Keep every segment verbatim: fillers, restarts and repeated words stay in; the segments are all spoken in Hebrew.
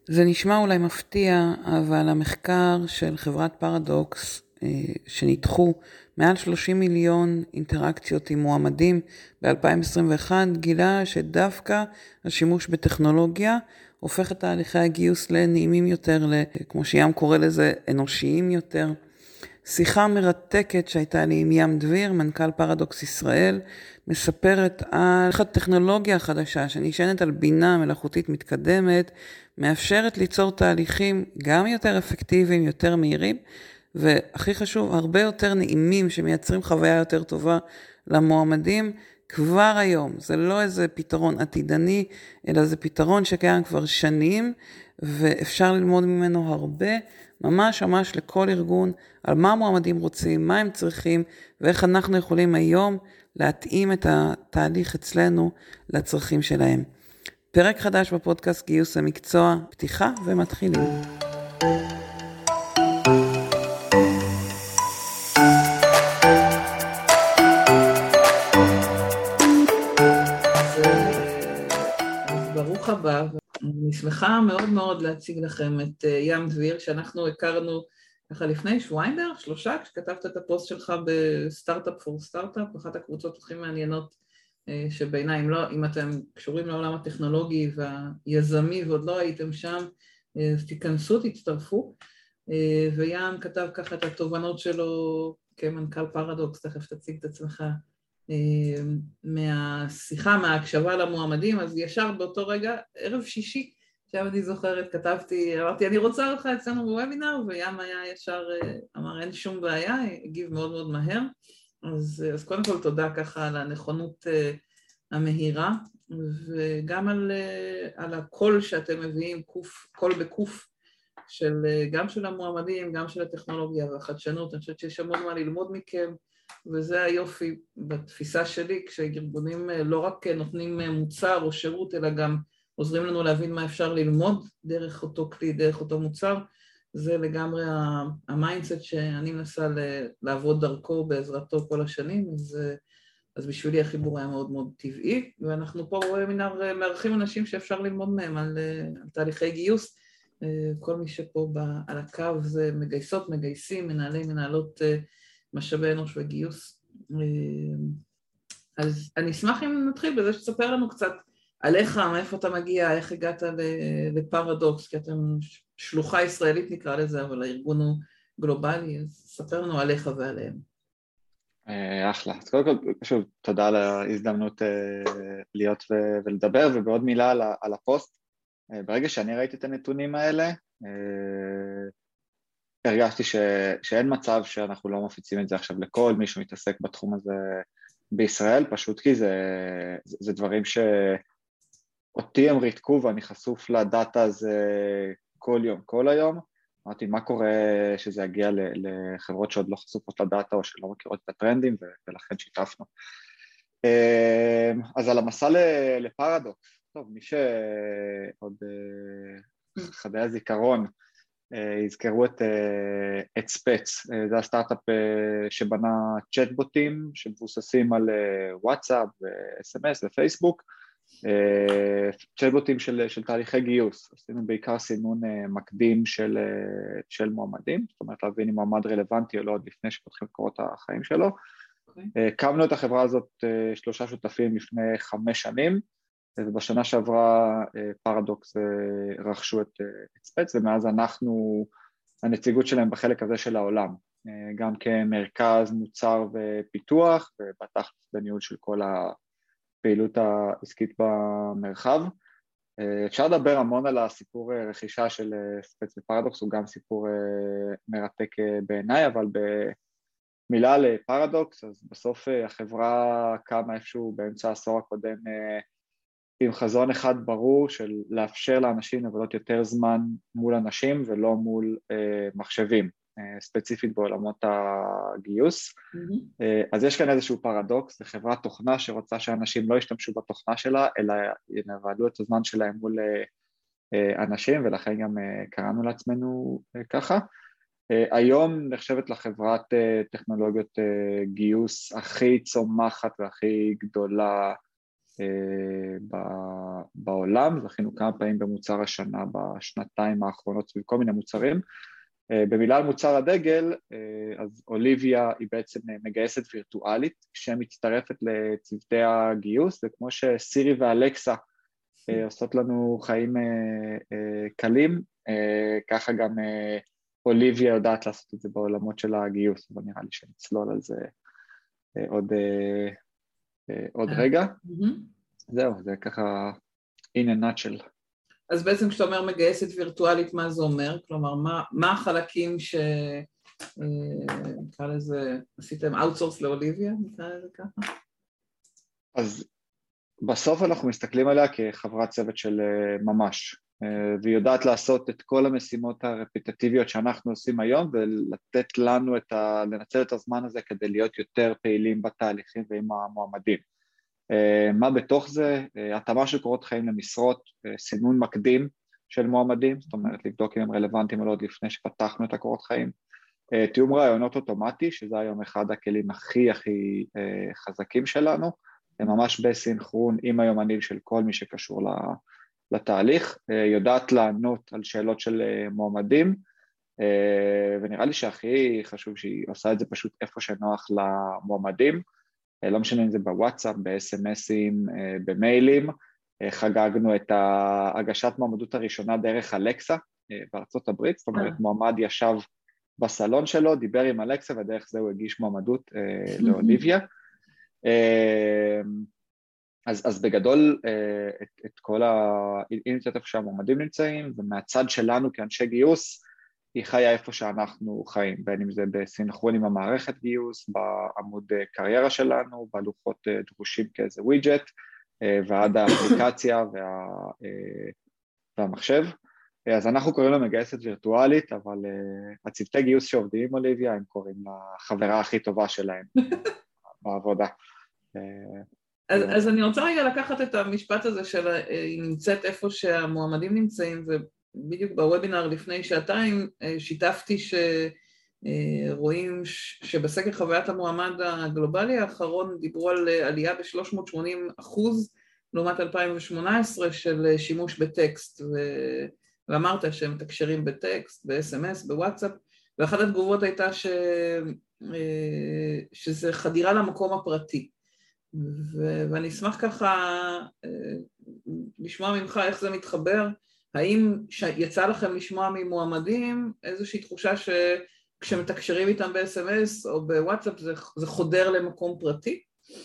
זה נשמע אולי מפתיע, אבל המחקר של חברת פרדוקס, שניתחו מעל שלושים מיליון אינטראקציות עם מועמדים ב-אלפיים עשרים ואחת, גילה שדווקא השימוש בטכנולוגיה הופך את תהליכי הגיוס לנעימים יותר, כמו שים קורא לזה, אנושיים יותר. שיחה מרתקת שהייתה לי עם ים דביר, מנכ"ל פרדוקס ישראל, מספרת על איך הטכנולוגיה החדשה שנשענת על בינה מלאכותית מתקדמת, מאפשרת ליצור תהליכים גם יותר אפקטיביים, יותר מהירים, והכי חשוב, הרבה יותר נעימים שמייצרים חוויה יותר טובה למועמדים כבר היום. זה לא איזה פתרון עתידני, אלא זה פתרון שקיים כבר שנים, ואפשר ללמוד ממנו הרבה, ממש ממש לכל ארגון, על מה המועמדים רוצים, מה הם צריכים, ואיך אנחנו יכולים היום להתאים את התהליך אצלנו לצרכים שלהם. פרק חדש בפודקאסט גיוס המקצוע, פתיחה ומתחילים. אז ברוך הבא, אני שמחה מאוד מאוד להציג לכם את ים דביר, שאנחנו הכרנו ככה לפני שבועיים בערך, שלושה, כשכתבת את הפוסט שלך בסטארט-אפ פור סטארט-אפ, אחת הקבוצות הכי מעניינות שבעיניי, אם, לא, אם אתם קשורים לעולם הטכנולוגי והיזמי ועוד לא הייתם שם, אז תיכנסו, תצטרפו, וים כתב ככה את התובנות שלו כמנכ"ל פרדוקס, תכף תציג את עצמך, מהשיחה, מההקשבה למועמדים, אז ישר באותו רגע, ערב שישי, עכשיו אני זוכרת, כתבתי, אמרתי, אני רוצה אותך אצלנו בוובינר, וים היה ישר, אמר, אין שום בעיה, הגיב מאוד מאוד מהר, אז, אז קודם כל תודה ככה על הנכונות המהירה, וגם על, על הקול שאתם מביאים, קוף, קול בקוף, של, גם של המועמדים, גם של הטכנולוגיה והחדשנות, אני חושבת שיש המון מה ללמוד מכם, וזה היופי בתפיסה שלי, כשארגונים לא רק נותנים מוצר או שירות, אלא גם עוזרים לנו להבין מה אפשר ללמוד דרך אותו כלי, דרך אותו מוצר, זה לגמרי המיינדסט שאני מנסה לעבוד דרכו בעזרתו כל השנים, אז, אז בשבילי החיבור היה מאוד מאוד טבעי, ואנחנו פה בוובינר מארחים אנשים שאפשר ללמוד מהם על, על תהליכי גיוס, כל מי שפה על הקו זה מגייסות, מגייסים, מנהלי, מנהלות משאבי אנוש וגיוס. אז אני אשמח אם נתחיל בזה שתספר לנו קצת עליך, מאיפה אתה מגיע, איך הגעת לפרדוקס, כי אתם שלוחה ישראלית נקרא לזה, אבל הארגון הוא גלובלי, אז ספר לנו עליך ועליהם. אחלה. אז קודם כל, שוב, תודה על ההזדמנות להיות ולדבר, ובעוד מילה על הפוסט. ברגע שאני ראיתי את הנתונים האלה, הרגשתי ש, שאין מצב שאנחנו לא מפיצים את זה עכשיו לכל מי שמתעסק בתחום הזה בישראל, פשוט כי זה, זה, זה דברים שאותי הם ריתקו ואני חשוף לדאטה הזה כל יום, כל היום. אמרתי, מה קורה שזה יגיע לחברות שעוד לא חשופות לדאטה או שלא מכירות את הטרנדים, ולכן שיתפנו. אז על המסע לפרדוקס, טוב, מי שעוד חדי הזיכרון, הזכרו את, את ספץ, זה הסטארט-אפ שבנה צ'טבוטים שמבוססים על וואטסאפ ו-אס אם אס ופייסבוק, צ'טבוטים של, של תהליכי גיוס, עשינו בעיקר סינון מקדים של, של מועמדים, זאת אומרת להבין אם מועמד רלוונטי או לא עוד לפני שפותחים לקורות החיים שלו. Okay. קמנו את החברה הזאת שלושה שותפים לפני חמש שנים, ובשנה שעברה פרדוקס רכשו את, את ספץ, ומאז אנחנו הנציגות שלהם בחלק הזה של העולם, גם כמרכז מוצר ופיתוח, ובטח בניהול של כל הפעילות העסקית במרחב. אפשר לדבר המון על הסיפור רכישה של ספץ ופרדוקס, הוא גם סיפור מרתק בעיניי, אבל במילה לפרדוקס, אז בסוף החברה קמה איפשהו באמצע העשור הקודם, עם חזון אחד ברור של לאפשר לאנשים לבלות יותר זמן מול אנשים ולא מול אה, מחשבים, אה, ספציפית בעולמות הגיוס. Mm-hmm. אה, אז יש כאן איזשהו פרדוקס, זה חברת תוכנה שרוצה שאנשים לא ישתמשו בתוכנה שלה, אלא ינבלו את הזמן שלהם מול אה, אנשים, ולכן גם אה, קראנו לעצמנו אה, ככה. אה, היום נחשבת לחברת אה, טכנולוגיות אה, גיוס הכי צומחת והכי גדולה, בעולם, זכינו כמה פעמים במוצר השנה בשנתיים האחרונות סביב כל מיני מוצרים. במילה על מוצר הדגל, אז אוליביה היא בעצם מגייסת וירטואלית, כשמצטרפת לצוותי הגיוס, זה כמו שסירי ואלקסה עושות לנו חיים קלים, ככה גם אוליביה יודעת לעשות את זה בעולמות של הגיוס, אבל נראה לי שנצלול על זה עוד, עוד רגע. זהו, זה ככה in a nutshell. אז בעצם כשאתה אומר מגייסת וירטואלית, מה זה אומר? כלומר, מה, מה החלקים ש... נקרא לזה, עשיתם outsource לאוליביה, נקרא לזה ככה? אז בסוף אנחנו מסתכלים עליה כחברת צוות של ממש, והיא יודעת לעשות את כל המשימות הרפטטיביות שאנחנו עושים היום, ולתת לנו את ה... לנצל את הזמן הזה כדי להיות יותר פעילים בתהליכים ועם המועמדים. מה בתוך זה? התאמה של קורות חיים למשרות, סינון מקדים של מועמדים, זאת אומרת לבדוק אם הם רלוונטיים או לא עוד לפני שפתחנו את הקורות חיים, תיאום רעיונות אוטומטי, שזה היום אחד הכלים הכי הכי חזקים שלנו, ממש בסינכרון עם היומנים של כל מי שקשור לתהליך, יודעת לענות על שאלות של מועמדים, ונראה לי שהכי חשוב שהיא עושה את זה פשוט איפה שנוח למועמדים, לא משנה אם זה בוואטסאפ, ב-אס אם אסים, במיילים, חגגנו את הגשת מועמדות הראשונה דרך אלקסה בארצות הברית, זאת אומרת מועמד ישב בסלון שלו, דיבר עם אלקסה ודרך זה הוא הגיש מועמדות לאוליביה. אז, אז בגדול את, את כל ה... היא נמצאת איפה שהמועמדים נמצאים, ומהצד שלנו כאנשי גיוס, היא חיה איפה שאנחנו חיים, בין אם זה בסינכרון עם המערכת גיוס, בעמוד קריירה שלנו, בלוחות דרושים כאיזה ווידג'ט, ועד האפליקציה וה, והמחשב. אז אנחנו קוראים לה מגייסת וירטואלית, אבל הצוותי גיוס שעובדים עם אוליביה, הם קוראים לה חברה הכי טובה שלהם בעבודה. אז, אז אני רוצה רגע לקחת את המשפט הזה של היא נמצאת איפה שהמועמדים נמצאים, ובדיוק בוובינר לפני שעתיים שיתפתי שרואים שבסקר חוויית המועמד הגלובלי האחרון דיברו על עלייה ב-שלוש מאות ושמונים אחוז לעומת אלפיים שמונה עשרה של שימוש בטקסט, ו... ואמרת שהם מתקשרים בטקסט, ב-אס אם אס, בוואטסאפ, ואחת התגובות הייתה ש... שזה חדירה למקום הפרטי. ו... ואני אשמח ככה לשמוע ממך איך זה מתחבר, האם יצא לכם לשמוע ממועמדים איזושהי תחושה שכשמתקשרים איתם ב-אס אם אס או בוואטסאפ זה, זה חודר למקום פרטי?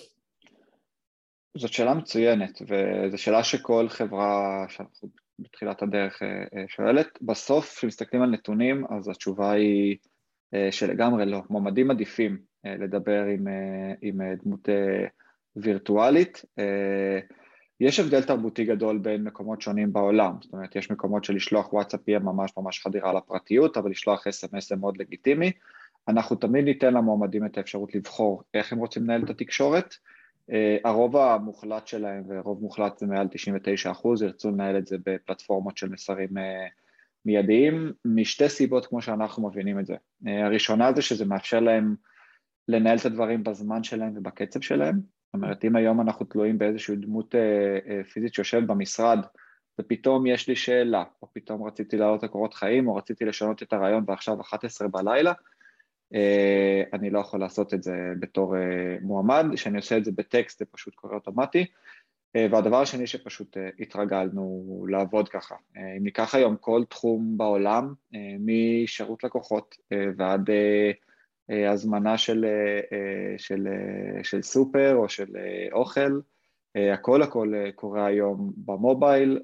זאת שאלה מצוינת, וזו שאלה שכל חברה שאנחנו בתחילת הדרך שואלת. בסוף, כשמסתכלים על נתונים, אז התשובה היא שלגמרי לא. מועמדים עדיפים לדבר עם, עם דמות וירטואלית. יש הבדל תרבותי גדול בין מקומות שונים בעולם, זאת אומרת, יש מקומות של לשלוח וואטסאפ יהיה ממש ממש חדירה לפרטיות, אבל לשלוח אס אם אס זה מאוד לגיטימי. אנחנו תמיד ניתן למועמדים את האפשרות לבחור איך הם רוצים לנהל את התקשורת, הרוב המוחלט שלהם, ורוב מוחלט זה מעל תשעים ותשעה אחוז, ירצו לנהל את זה בפלטפורמות של מסרים מיידיים, משתי סיבות כמו שאנחנו מבינים את זה. הראשונה זה שזה מאפשר להם לנהל את הדברים בזמן שלהם ובקצב שלהם, זאת אומרת, אם היום אנחנו תלויים באיזושהי דמות פיזית שיושבת במשרד, ופתאום יש לי שאלה, או פתאום רציתי לעלות לקורות חיים, או רציתי לשנות את הרעיון ועכשיו אחת עשרה בלילה, אני לא יכול לעשות את זה בתור מועמד, שאני עושה את זה בטקסט, זה פשוט קורה אוטומטי, והדבר השני שפשוט התרגלנו לעבוד ככה. אם ניקח היום כל תחום בעולם, משירות לקוחות ועד הזמנה של, של, של סופר או של אוכל, הכל הכל קורה היום במובייל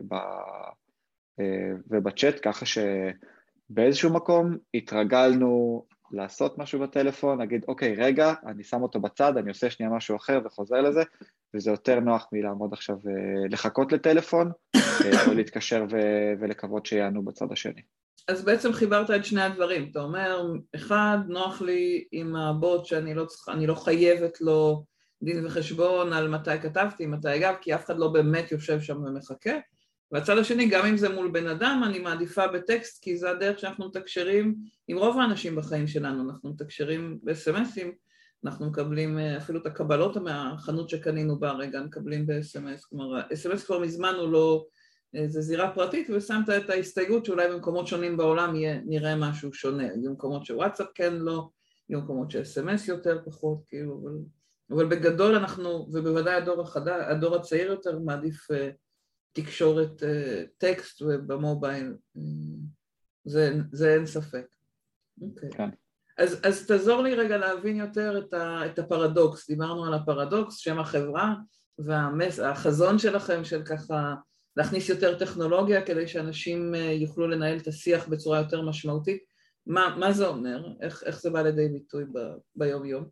ובצ'אט, ככה שבאיזשהו מקום התרגלנו לעשות משהו בטלפון, נגיד, אוקיי, רגע, אני שם אותו בצד, אני עושה שנייה משהו אחר וחוזר לזה, וזה יותר נוח מלעמוד עכשיו לחכות לטלפון, או להתקשר ולקוות שיענו בצד השני. אז בעצם חיברת את שני הדברים, אתה אומר, אחד, נוח לי עם הבוט שאני לא צריכה, אני לא חייבת לו דין וחשבון על מתי כתבתי, מתי הגב, כי אף אחד לא באמת יושב שם ומחכה, והצד השני, גם אם זה מול בן אדם, אני מעדיפה בטקסט, כי זה הדרך שאנחנו מתקשרים עם רוב האנשים בחיים שלנו, אנחנו מתקשרים ב-אס אם אסים, אנחנו מקבלים אפילו את הקבלות מהחנות שקנינו בה, רגע מקבלים ב-אס אם אס, כלומר, אס אם אס כבר מזמן הוא לא, זה זירה פרטית, ושמת את ההסתייגות שאולי במקומות שונים בעולם יהיה, נראה משהו שונה, יהיו מקומות שוואטסאפ כן לא, יהיו מקומות ש-אס אם אס יותר פחות, כאילו, אבל, אבל בגדול אנחנו, ובוודאי הדור החדש, הדור הצעיר יותר מעדיף uh, תקשורת uh, טקסט ובמובייל, uh, זה, זה אין ספק. אוקיי. Okay. כן. אז, אז תעזור לי רגע להבין יותר את, ה, את הפרדוקס, דיברנו על הפרדוקס, שם החברה, והחזון שלכם של ככה להכניס יותר טכנולוגיה כדי שאנשים יוכלו לנהל את השיח בצורה יותר משמעותית. מה, מה זה אומר? איך, איך זה בא לידי ביטוי ב, ביום יום?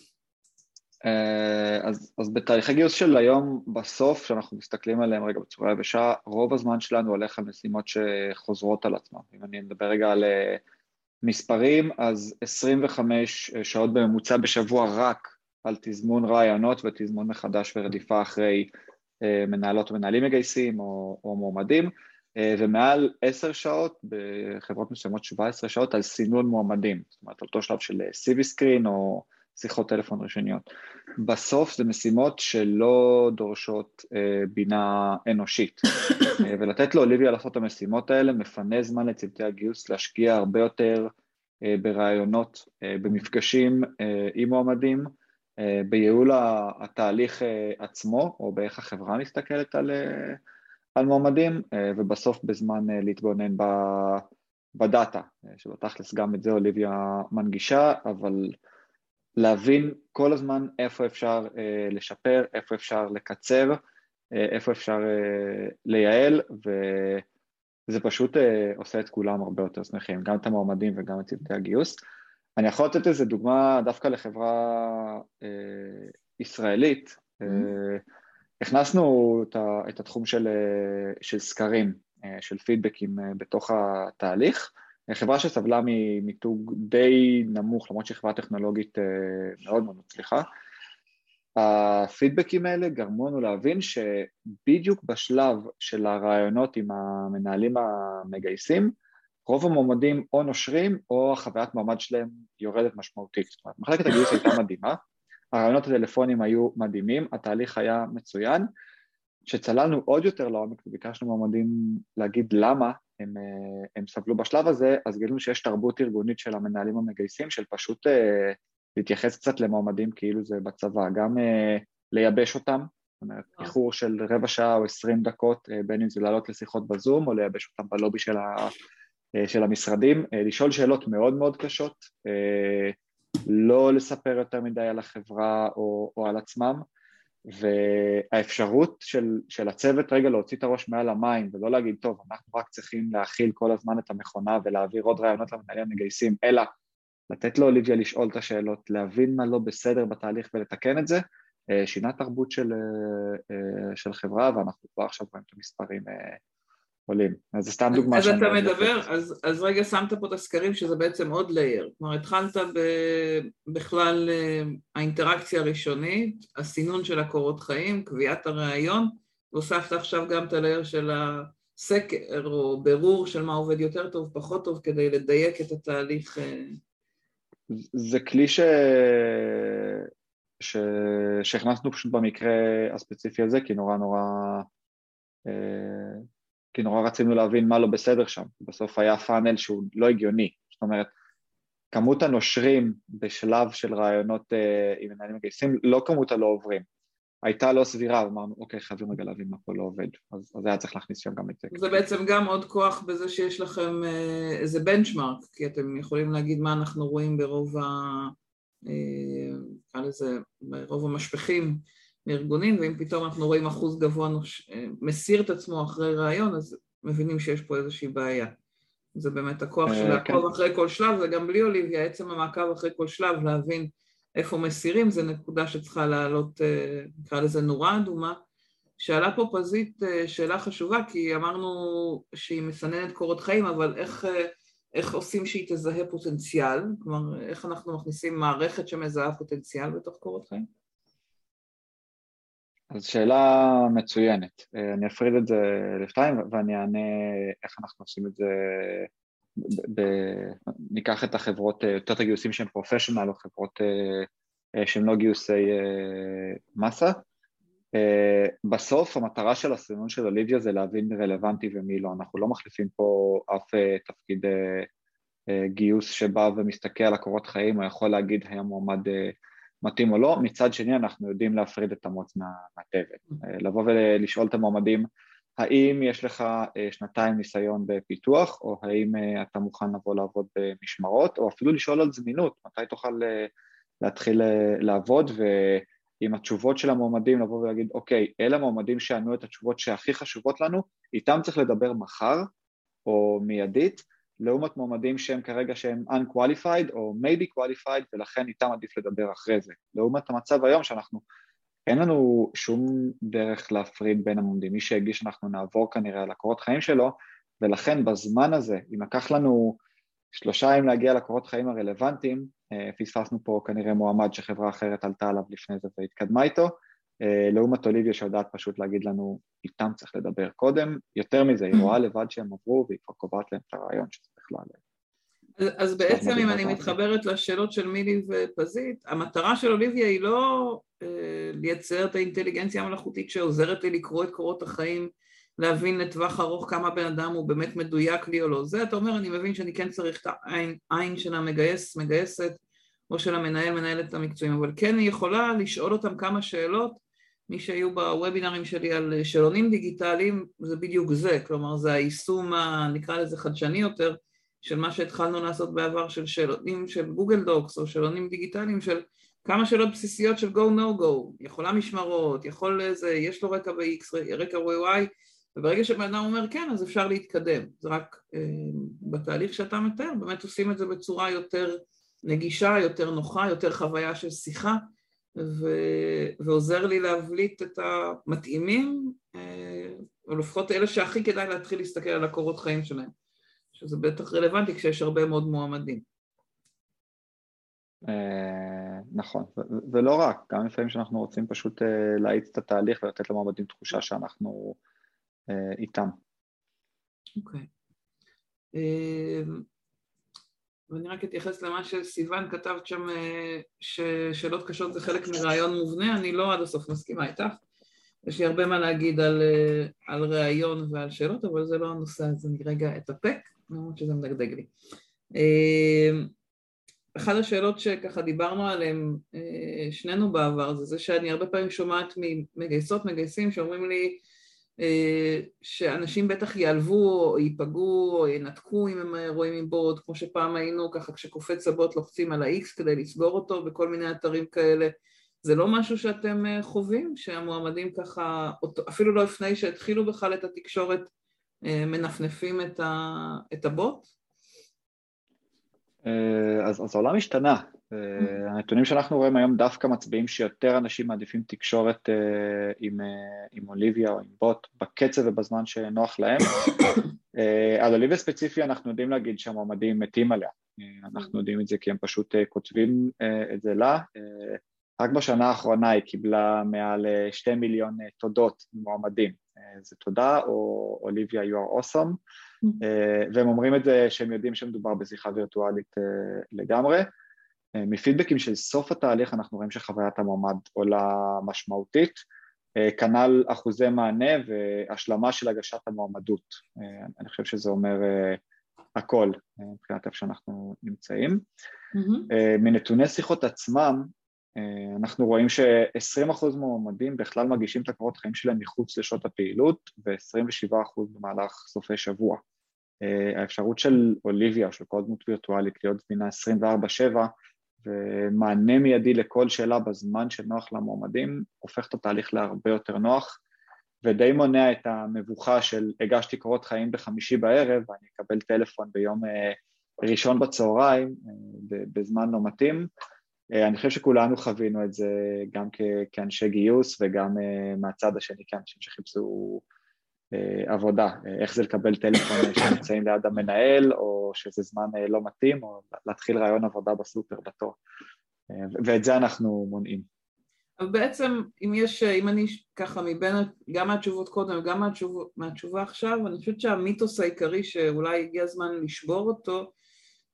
אז, אז בתהליכי גיוס של היום בסוף, שאנחנו מסתכלים עליהם רגע בצורה יבשה, רוב הזמן שלנו הולך על משימות שחוזרות על עצמם. אם אני מדבר רגע על מספרים, אז עשרים וחמש שעות בממוצע בשבוע רק על תזמון רעיונות ותזמון מחדש ורדיפה אחרי מנהלות ומנהלים מגייסים או, או מועמדים, ומעל עשר שעות בחברות מסוימות שבע עשרה שעות על סינון מועמדים, זאת אומרת, אותו שלב של סי וי סקרין או שיחות טלפון ראשוניות. בסוף זה משימות שלא דורשות בינה אנושית, ולתת לאוליביה לעשות את המשימות האלה, מפנה זמן לצוותי הגיוס, להשקיע הרבה יותר ברעיונות, במפגשים עם מועמדים, בייעול התהליך עצמו, או באיך החברה מסתכלת על, על מועמדים, ובסוף בזמן להתבונן בדאטה, שבתכלס גם את זה אוליביה מנגישה, אבל להבין כל הזמן איפה אפשר לשפר, איפה אפשר לקצר, איפה אפשר לייעל, וזה פשוט עושה את כולם הרבה יותר שמחים, גם את המועמדים וגם את צוותי הגיוס. אני יכול לתת איזו דוגמה דווקא לחברה ישראלית, הכנסנו את התחום של, של סקרים, של פידבקים בתוך התהליך, חברה שסבלה ממיתוג די נמוך, למרות שהיא חברה טכנולוגית מאוד מאוד מצליחה, הפידבקים האלה גרמו לנו להבין שבדיוק בשלב של הרעיונות עם המנהלים המגייסים, רוב המועמדים או נושרים או החוויית מעמד שלהם יורדת משמעותית. זאת אומרת, מחלקת הגיוס הייתה מדהימה, הרעיונות הטלפונים היו מדהימים, התהליך היה מצוין, שצללנו עוד יותר לעומק וביקשנו מועמדים להגיד למה הם, הם סבלו בשלב הזה, אז גילינו שיש תרבות ארגונית של המנהלים המגייסים, של פשוט אה, להתייחס קצת למועמדים כאילו זה בצבא, גם אה, לייבש אותם, זאת אומרת, איחור של רבע שעה או עשרים דקות, אה, בין אם זה לעלות לשיחות בזום, או לייבש אותם בלובי של, ה, אה, של המשרדים, אה, לשאול שאלות מאוד מאוד קשות, אה, לא לספר יותר מדי על החברה או, או על עצמם, והאפשרות של, של הצוות רגע להוציא את הראש מעל המים, ולא להגיד, טוב, אנחנו רק צריכים להכיל כל הזמן את המכונה, ולהעביר עוד רעיונות למנהלים המגייסים, אלא לתת לאוליביה לשאול את השאלות, להבין מה לא בסדר בתהליך ולתקן את זה, שינה תרבות של, של חברה, ואנחנו כבר עכשיו רואים את המספרים עולים. אז זה סתם דוגמה. אז אתה מדבר, אז, אז רגע שמת פה את הסקרים שזה בעצם עוד לייר, כלומר התחלת ב, בכלל האינטראקציה הראשונית, הסינון של הקורות חיים, קביעת הרעיון, והוספת עכשיו גם את הלייר של הסקר או ברור של מה עובד יותר טוב, פחות טוב, כדי לדייק את התהליך. זה כלי ש... ש... שהכנסנו פשוט במקרה הספציפי הזה, כי נורא נורא... כי נורא רצינו להבין מה לא בסדר שם, בסוף היה פאנל שהוא לא הגיוני, זאת אומרת, כמות הנושרים בשלב של רעיונות אה, עם מנהלים מגייסים, לא כמות הלא עוברים, הייתה לא סבירה, אמרנו, אוקיי, חייבים רגע להבין מה פה לא עובד, אז, אז היה צריך להכניס שם גם את זה. זה בעצם גם עוד כוח בזה שיש לכם אה, איזה בנצ'מרק, כי אתם יכולים להגיד מה אנחנו רואים ברוב ה... אה, לזה, ברוב המשפחים, מארגונים, ואם פתאום אנחנו רואים אחוז גבוה נוש... מסיר את עצמו אחרי רעיון, אז מבינים שיש פה איזושהי בעיה. זה באמת הכוח של לעקוב אחרי כל שלב, זה גם בלי אוליביה, עצם המעקב אחרי כל שלב, להבין איפה מסירים, זה נקודה שצריכה לעלות, נקרא לזה נורה אדומה. שאלה פה פזית שאלה חשובה, כי אמרנו שהיא מסננת קורות חיים, אבל איך, איך עושים שהיא תזהה פוטנציאל? כלומר, איך אנחנו מכניסים מערכת שמזהה פוטנציאל בתוך קורות חיים? אז שאלה מצוינת, אני אפריד את זה לשתיים ואני אענה איך אנחנו עושים את זה, ב- ב- ניקח את החברות, יותר הגיוסים שהן פרופשיונל או חברות שהם לא גיוסי מסה. בסוף המטרה של הסינון של אוליביה זה להבין מי רלוונטי ומי לא, אנחנו לא מחליפים פה אף תפקיד גיוס שבא ומסתכל על הקורות חיים, הוא יכול להגיד האם מועמד מתאים או לא, מצד שני אנחנו יודעים להפריד את המוץ מהתבן, לבוא ולשאול את המועמדים, האם יש לך שנתיים ניסיון בפיתוח, או האם אתה מוכן לבוא לעבוד במשמרות, או אפילו לשאול על זמינות, מתי תוכל להתחיל לעבוד, ועם התשובות של המועמדים לבוא ולהגיד, אוקיי, אלה המועמדים שענו את התשובות שהכי חשובות לנו, איתם צריך לדבר מחר, או מיידית, לעומת מועמדים שהם כרגע שהם unqualified, או maybe qualified, ולכן איתם עדיף לדבר אחרי זה. לעומת המצב היום שאנחנו, אין לנו שום דרך להפריד בין המועמדים, מי שהגיש אנחנו נעבור כנראה על הקורות חיים שלו, ולכן בזמן הזה, אם לקח לנו שלושה ימים להגיע לקורות חיים הרלוונטיים, פספסנו פה כנראה מועמד שחברה אחרת עלתה עליו לפני זה והתקדמה איתו, לעומת אוליביה שיודעת פשוט להגיד לנו, איתם צריך לדבר קודם, יותר מזה, היא רואה לבד שהם עברו, והיא כבר קובעת להם את הרעיון שזה בכלל. אז בעצם אם אני מתחברת לשאלות של מילי ופזית, המטרה של אוליביה היא לא לייצר את האינטליגנציה המלאכותית שעוזרת לי לקרוא את קורות החיים, להבין לטווח ארוך כמה בן אדם הוא באמת מדויק לי או לא. זה אתה אומר, אני מבין שאני כן צריך את העין של המגייס, מגייסת, או של המנהל, מנהלת המקצועים, אבל כן היא יכולה לשאול אותם כמה שאלות, מי שהיו בוובינרים שלי על שאלונים דיגיטליים, זה בדיוק זה, כלומר זה היישום, נקרא לזה חדשני יותר, של מה שהתחלנו לעשות בעבר של שאלונים של גוגל דוקס, או שאלונים דיגיטליים של כמה שאלות בסיסיות של go no go, יכולה משמרות, יכול איזה, יש לו רקע ב-X, רקע ב-Y, וברגע שבן אדם אומר כן, אז אפשר להתקדם. זה רק אה, בתהליך שאתה מתאר, באמת עושים את זה בצורה יותר נגישה, יותר נוחה, יותר חוויה של שיחה, ו- ועוזר לי להבליט את המתאימים, אה, או לפחות אלה שהכי כדאי להתחיל להסתכל על הקורות חיים שלהם, שזה בטח רלוונטי כשיש הרבה מאוד מועמדים. נכון, ולא רק, גם לפעמים שאנחנו רוצים פשוט להאיץ את התהליך ולתת למועמדים תחושה שאנחנו איתם. אוקיי. ואני רק אתייחס למה שסיוון כתבת שם, ששאלות קשות זה חלק מרעיון מובנה, אני לא עד הסוף מסכימה איתך. יש לי הרבה מה להגיד על, על רעיון ועל שאלות, אבל זה לא הנושא, אז אני רגע אתאפק, למרות שזה מדגדג לי. אחת השאלות שככה דיברנו עליהן שנינו בעבר, זה זה שאני הרבה פעמים שומעת ממגייסות, מגייסים שאומרים לי שאנשים בטח ייעלבו או ייפגעו או ינתקו אם הם רואים מבורד, כמו שפעם היינו ככה כשקופץ הבוט לוחצים על ה-X כדי לסגור אותו בכל מיני אתרים כאלה. זה לא משהו שאתם חווים, שהמועמדים ככה, אפילו לא לפני שהתחילו בכלל את התקשורת, מנפנפים את, ה, את הבוט? אז, אז העולם השתנה. הנתונים שאנחנו רואים היום דווקא מצביעים שיותר אנשים מעדיפים תקשורת עם, עם אוליביה או עם בוט בקצב ובזמן שנוח להם. על אוליביה ספציפי אנחנו יודעים להגיד שהמועמדים מתים עליה. אנחנו יודעים את זה כי הם פשוט כותבים את זה לה. רק בשנה האחרונה היא קיבלה מעל שתי מיליון תודות ממועמדים. זה תודה או אוליביה you are awesome. והם אומרים את זה שהם יודעים שמדובר בשיחה וירטואלית לגמרי. מפידבקים של סוף התהליך אנחנו רואים שחוויית המועמד עולה משמעותית, כנ"ל אחוזי מענה והשלמה של הגשת המועמדות. אני חושב שזה אומר הכל מבחינת איפה שאנחנו נמצאים. מנתוני שיחות עצמם, אנחנו רואים ש-עשרים אחוז מועמדים בכלל מגישים את הקורות חיים שלהם מחוץ לשעות הפעילות, ו-עשרים ושבעה אחוז במהלך סופי שבוע. האפשרות של אוליביה, של כל דמות וירטואלית, להיות זמינה עשרים וארבע שבע, ומענה מיידי לכל שאלה בזמן שנוח למועמדים, הופך את התהליך להרבה יותר נוח, ודי מונע את המבוכה של הגשתי קורות חיים בחמישי בערב, ואני אקבל טלפון ביום ראשון בצהריים, בזמן לא מתאים. אני חושב שכולנו חווינו את זה גם כאנשי גיוס, וגם מהצד השני כאנשים שחיפשו עבודה, איך זה לקבל טלפון שנמצאים ליד המנהל, או שזה זמן לא מתאים, או להתחיל רעיון עבודה בסופר בתור, ואת זה אנחנו מונעים. אבל בעצם, אם יש, אם אני ככה מבין, גם מהתשובות קודם וגם מהתשובה, מהתשובה עכשיו, אני חושבת שהמיתוס העיקרי שאולי הגיע הזמן לשבור אותו,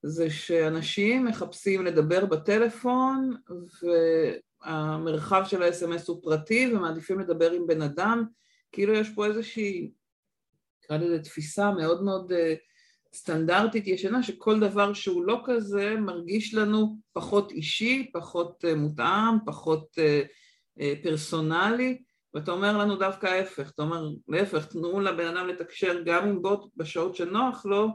זה שאנשים מחפשים לדבר בטלפון, והמרחב של ה-אס אם אס הוא פרטי, ומעדיפים לדבר עם בן אדם, כאילו יש פה איזושהי, נקרא לזה תפיסה מאוד מאוד סטנדרטית ישנה, שכל דבר שהוא לא כזה מרגיש לנו פחות אישי, פחות מותאם, פחות פרסונלי, ואתה אומר לנו דווקא ההפך, אתה אומר להפך, תנו לבן אדם לתקשר גם עם בוט בשעות שנוח לו,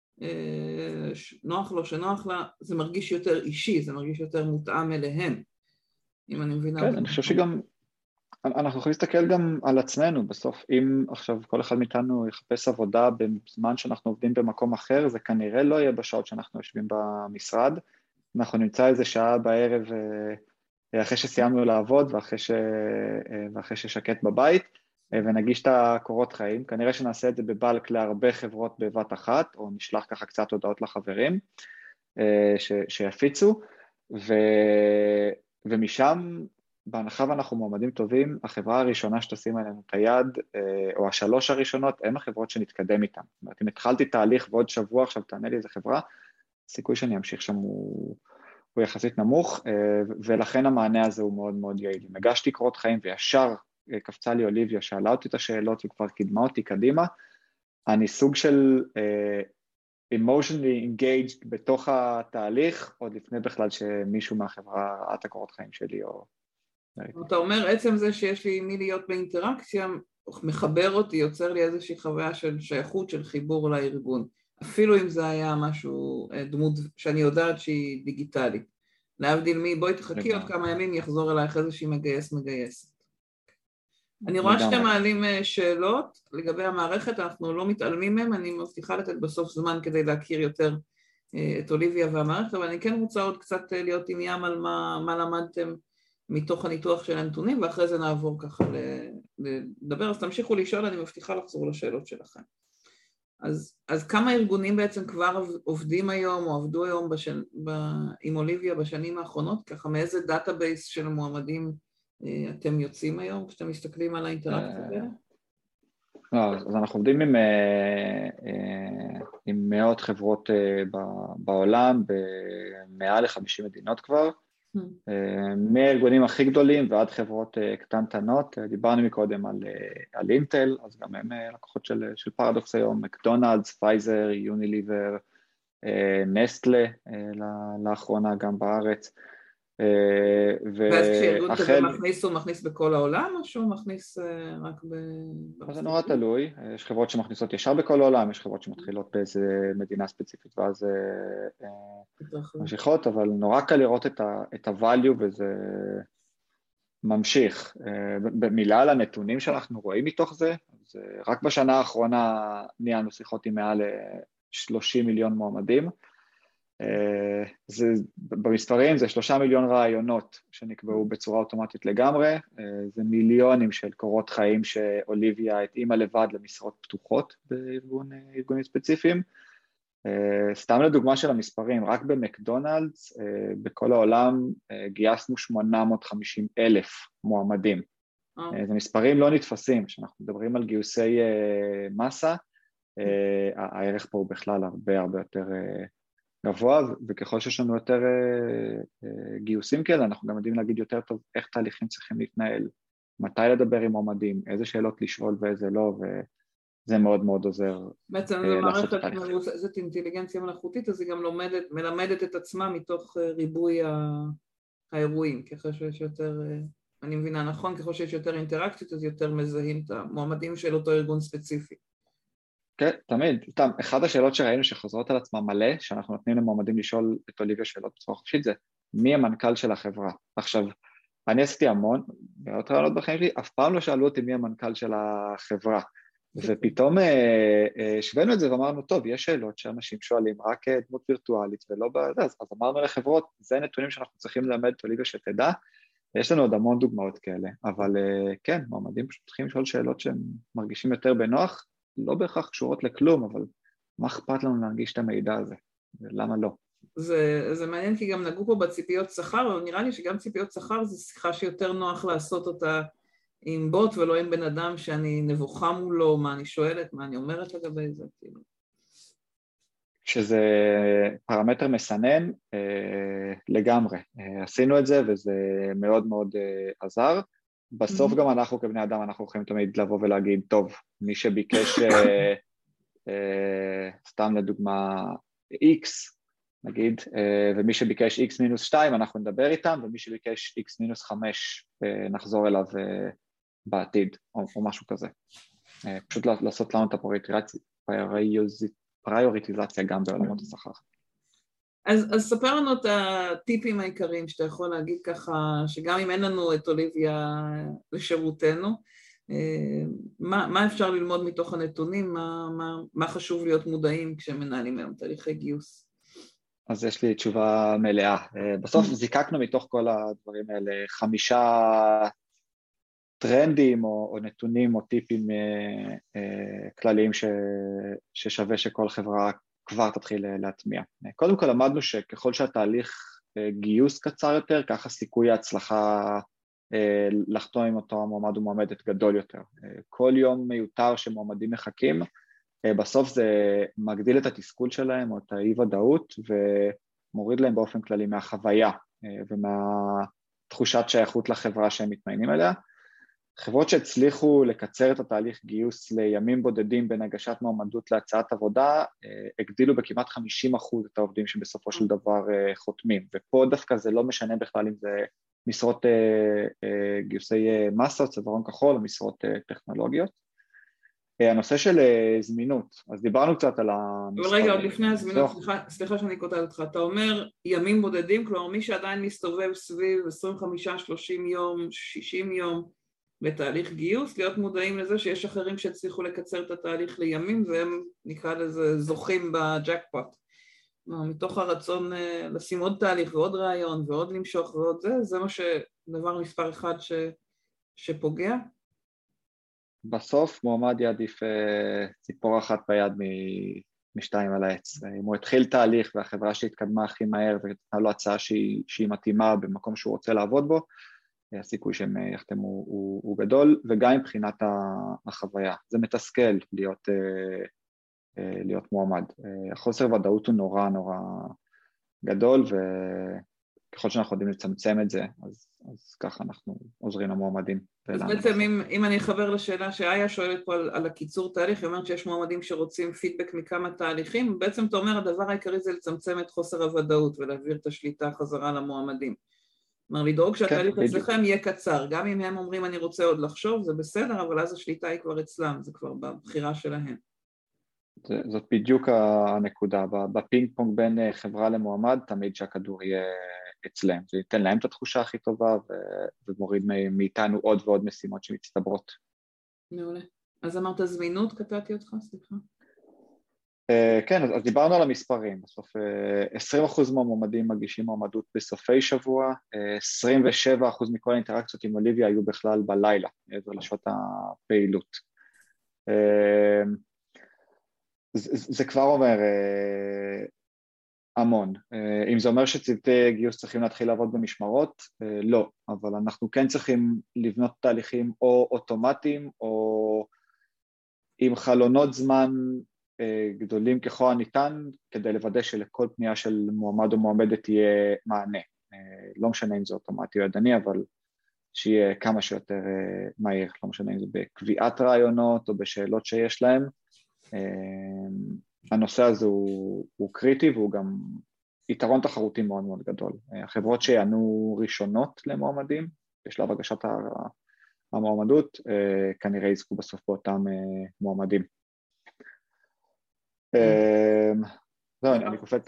נוח לו שנוח לה, זה מרגיש יותר אישי, זה מרגיש יותר מותאם אליהם, אם אני מבינה. כן, אני חושב שגם, אנחנו יכולים להסתכל גם על עצמנו, בסוף אם עכשיו כל אחד מאיתנו יחפש עבודה בזמן שאנחנו עובדים במקום אחר, זה כנראה לא יהיה בשעות שאנחנו יושבים במשרד, אנחנו נמצא איזה שעה בערב אחרי שסיימנו לעבוד ואחרי, ש... ואחרי ששקט בבית, ונגיש את הקורות חיים, כנראה שנעשה את זה בבלק להרבה חברות בבת אחת, או נשלח ככה קצת הודעות לחברים ש... שיפיצו, ו... ומשם, בהנחה ואנחנו מועמדים טובים, החברה הראשונה שתשים עלינו את היד, או השלוש הראשונות, הן החברות שנתקדם איתן. זאת אומרת, אם התחלתי תהליך ועוד שבוע, עכשיו תענה לי איזה חברה, הסיכוי שאני אמשיך שם הוא, הוא יחסית נמוך, ולכן המענה הזה הוא מאוד מאוד יעיל. אם הגשתי קורות חיים וישר קפצה לי אוליביה, שאלה אותי את השאלות וכבר קידמה אותי קדימה, אני סוג של emotionally engaged בתוך התהליך, עוד לפני בכלל שמישהו מהחברה ראה את הקורות חיים שלי או... אתה אומר, עצם זה שיש לי מי להיות באינטראקציה, מחבר אותי, יוצר לי איזושהי חוויה של שייכות, של חיבור לארגון. אפילו אם זה היה משהו, דמות שאני יודעת שהיא דיגיטלית. להבדיל מי, בואי תחכי עוד כמה ימים, יחזור אלייך איזושהי מגייס מגייסת. אני רואה שאתם מעלים שאלות לגבי המערכת, אנחנו לא מתעלמים מהם, אני מבטיחה לתת בסוף זמן כדי להכיר יותר את אוליביה והמערכת, אבל אני כן רוצה עוד קצת להיות עם ים על מה, מה למדתם מתוך הניתוח של הנתונים, ואחרי זה נעבור ככה לדבר, אז תמשיכו לשאול, אני מבטיחה לחזור לשאלות שלכם. אז, אז כמה ארגונים בעצם כבר עובדים היום, או עבדו היום בשן, ב, עם אוליביה בשנים האחרונות, ככה מאיזה דאטאבייס של מועמדים אתם יוצאים היום, כשאתם מסתכלים על האינטראקציה האלה? לא, אז אנחנו עובדים עם, עם מאות חברות בעולם, במעל ל-חמישים מדינות כבר, מהארגונים הכי גדולים ועד חברות קטנטנות, דיברנו מקודם על, על אינטל, אז גם הם לקוחות של, של פרדוקס היום, מקדונלדס, פייזר, יוניליבר, נסטלה, לאחרונה גם בארץ. ואז כשארגון כזה מכניס, הוא מכניס בכל העולם, או שהוא מכניס רק ב... זה נורא תלוי, יש חברות שמכניסות ישר בכל העולם, יש חברות שמתחילות באיזה מדינה ספציפית, ואז ממשיכות, אבל נורא קל לראות את ה-value, וזה ממשיך. במילה על הנתונים שאנחנו רואים מתוך זה, אז רק בשנה האחרונה ניהלנו שיחות עם מעל שלושים מיליון מועמדים, זה, במספרים זה שלושה מיליון רעיונות שנקבעו בצורה אוטומטית לגמרי, זה מיליונים של קורות חיים שאוליביה התאימה לבד למשרות פתוחות בארגונים ספציפיים. סתם לדוגמה של המספרים, רק במקדונלדס בכל העולם גייסנו שמונה מאות וחמישים אלף מועמדים. זה מספרים לא נתפסים, כשאנחנו מדברים על גיוסי מסה, הערך פה הוא בכלל הרבה הרבה יותר גבוה, וככל שיש לנו יותר גיוסים כאלה, אנחנו גם יודעים להגיד יותר טוב איך תהליכים צריכים להתנהל, מתי לדבר עם מועמדים, איזה שאלות לשאול ואיזה לא, וזה מאוד מאוד עוזר. בעצם זו מערכת מבוססת אינטליגנציה מלאכותית, אז היא גם לומדת, מלמדת את עצמה מתוך ריבוי האירועים, ככל שיש יותר, אני מבינה נכון, ככל שיש יותר אינטראקציות, אז יותר מזהים את המועמדים של אותו ארגון ספציפי. כן, תמיד. תם, אחד השאלות שראינו שחוזרות על עצמם מלא, שאנחנו נותנים למועמדים לשאול את אוליביה שאלות בצורה חופשית, זה מי המנכ"ל של החברה. עכשיו, אני עשיתי המון, בעוד רעיונות בחיים שלי, אף פעם לא שאלו אותי מי המנכ"ל של החברה. ופתאום שווינו את זה ואמרנו, טוב, יש שאלות שאנשים שואלים רק דמות וירטואלית ולא בזה, אז אמרנו לחברות, זה נתונים שאנחנו צריכים ללמד את אוליביה שתדע, יש לנו עוד המון דוגמאות כאלה, אבל כן, מועמדים פשוט צריכים לשאול שאלות שהם מרגישים יותר בנוח, לא בהכרח קשורות לכלום, אבל מה אכפת לנו להרגיש את המידע הזה? ולמה לא? זה, זה מעניין כי גם נגעו פה בציפיות שכר, אבל נראה לי שגם ציפיות שכר זה שיחה שיותר נוח לעשות אותה עם בוט ולא עם בן אדם שאני נבוכה מולו, מה אני שואלת, מה אני אומרת לגבי זה. שזה פרמטר מסנן לגמרי. עשינו את זה וזה מאוד מאוד עזר. בסוף גם אנחנו כבני אדם, אנחנו יכולים תמיד לבוא ולהגיד, טוב, מי שביקש, סתם לדוגמה, X, נגיד, ומי שביקש X מינוס שתיים, אנחנו נדבר איתם, ומי שביקש X מינוס חמש, נחזור אליו בעתיד, או, או משהו כזה. פשוט לעשות לנו את הפריוריטיזציה גם בעולמות השכר. אז, אז ספר לנו את הטיפים העיקריים שאתה יכול להגיד ככה, שגם אם אין לנו את אוליביה לשירותנו, מה, מה אפשר ללמוד מתוך הנתונים, מה, מה, מה חשוב להיות מודעים כשמנהלים היום תהליכי גיוס? אז יש לי תשובה מלאה. בסוף זיקקנו מתוך כל הדברים האלה חמישה טרנדים או, או נתונים או טיפים אה, אה, כלליים ש, ששווה שכל חברה כבר תתחיל להטמיע. קודם כל למדנו שככל שהתהליך אה, גיוס קצר יותר, ככה סיכוי ההצלחה אה, לחתום עם אותו המועמד ומועמדת גדול יותר. אה, כל יום מיותר שמועמדים מחכים, אה, בסוף זה מגדיל את התסכול שלהם או את האי-ודאות ומוריד להם באופן כללי מהחוויה אה, ומהתחושת שייכות לחברה שהם מתמיינים אליה. חברות שהצליחו לקצר את התהליך גיוס לימים בודדים בין הגשת מועמדות להצעת עבודה, הגדילו בכמעט חמישים אחוז את העובדים שבסופו של דבר חותמים, ופה דווקא זה לא משנה בכלל אם זה משרות גיוסי מסה או צווארון כחול או משרות טכנולוגיות. הנושא של זמינות, אז דיברנו קצת על המספרים. אבל רגע, עוד לפני הזמינות, סליחה, סליחה שאני קוטעת אותך, אתה אומר ימים בודדים, כלומר מי שעדיין מסתובב סביב עשרים וחמישה שלושים יום, שישים יום, בתהליך גיוס, להיות מודעים לזה שיש אחרים שהצליחו לקצר את התהליך לימים, והם נקרא לזה זוכים בג'קפוט. מתוך הרצון לשים עוד תהליך ועוד רעיון ועוד למשוך ועוד זה, זה מה שדבר מספר אחד ש... שפוגע? בסוף מועמד יעדיף ציפור אחת ביד משתיים על העץ. אם הוא התחיל תהליך והחברה שהתקדמה הכי מהר ונתנה לו הצעה שהיא, שהיא מתאימה במקום שהוא רוצה לעבוד בו, הסיכוי שהם יחתמו הוא, הוא, הוא גדול, וגם מבחינת החוויה. זה מתסכל להיות, להיות מועמד. החוסר ודאות הוא נורא נורא גדול, וככל שאנחנו יודעים לצמצם את זה, אז, אז ככה אנחנו עוזרים למועמדים. אז בעצם אם, אם אני אחבר לשאלה שאיה שואלת פה על, על הקיצור תהליך, היא אומרת שיש מועמדים שרוצים פידבק מכמה תהליכים, בעצם אתה אומר הדבר העיקרי זה לצמצם את חוסר הוודאות ולהעביר את השליטה חזרה למועמדים. כלומר, לדאוג שהתהליך אצלכם יהיה קצר, גם אם הם אומרים אני רוצה עוד לחשוב, זה בסדר, אבל אז השליטה היא כבר אצלם, זה כבר בבחירה שלהם. זאת בדיוק הנקודה, בפינג פונג בין חברה למועמד, תמיד שהכדור יהיה אצלם, זה ייתן להם את התחושה הכי טובה, ומוריד מאיתנו עוד ועוד משימות שמצטברות. מעולה. אז אמרת זמינות, קטעתי אותך, סליחה. כן, אז דיברנו על המספרים, בסוף עשרים אחוז מהמועמדים מגישים מועמדות בסופי שבוע, עשרים ושבעה אחוז מכל האינטראקציות עם אוליביה היו בכלל בלילה, מעבר לשעות הפעילות. זה כבר אומר המון. אם זה אומר שצוותי גיוס צריכים להתחיל לעבוד במשמרות, לא, אבל אנחנו כן צריכים לבנות תהליכים או אוטומטיים, או עם חלונות זמן גדולים ככל הניתן, כדי לוודא שלכל פנייה של מועמד או מועמדת תהיה מענה. לא משנה אם זה אוטומטי או ידני, אבל שיהיה כמה שיותר מהיר, לא משנה אם זה בקביעת רעיונות או בשאלות שיש להם. הנושא הזה הוא, הוא קריטי והוא גם יתרון תחרותי מאוד מאוד גדול. החברות שיענו ראשונות למועמדים, בשלב הגשת המועמדות, כנראה יזכו בסוף באותם מועמדים. זהו, אני קופץ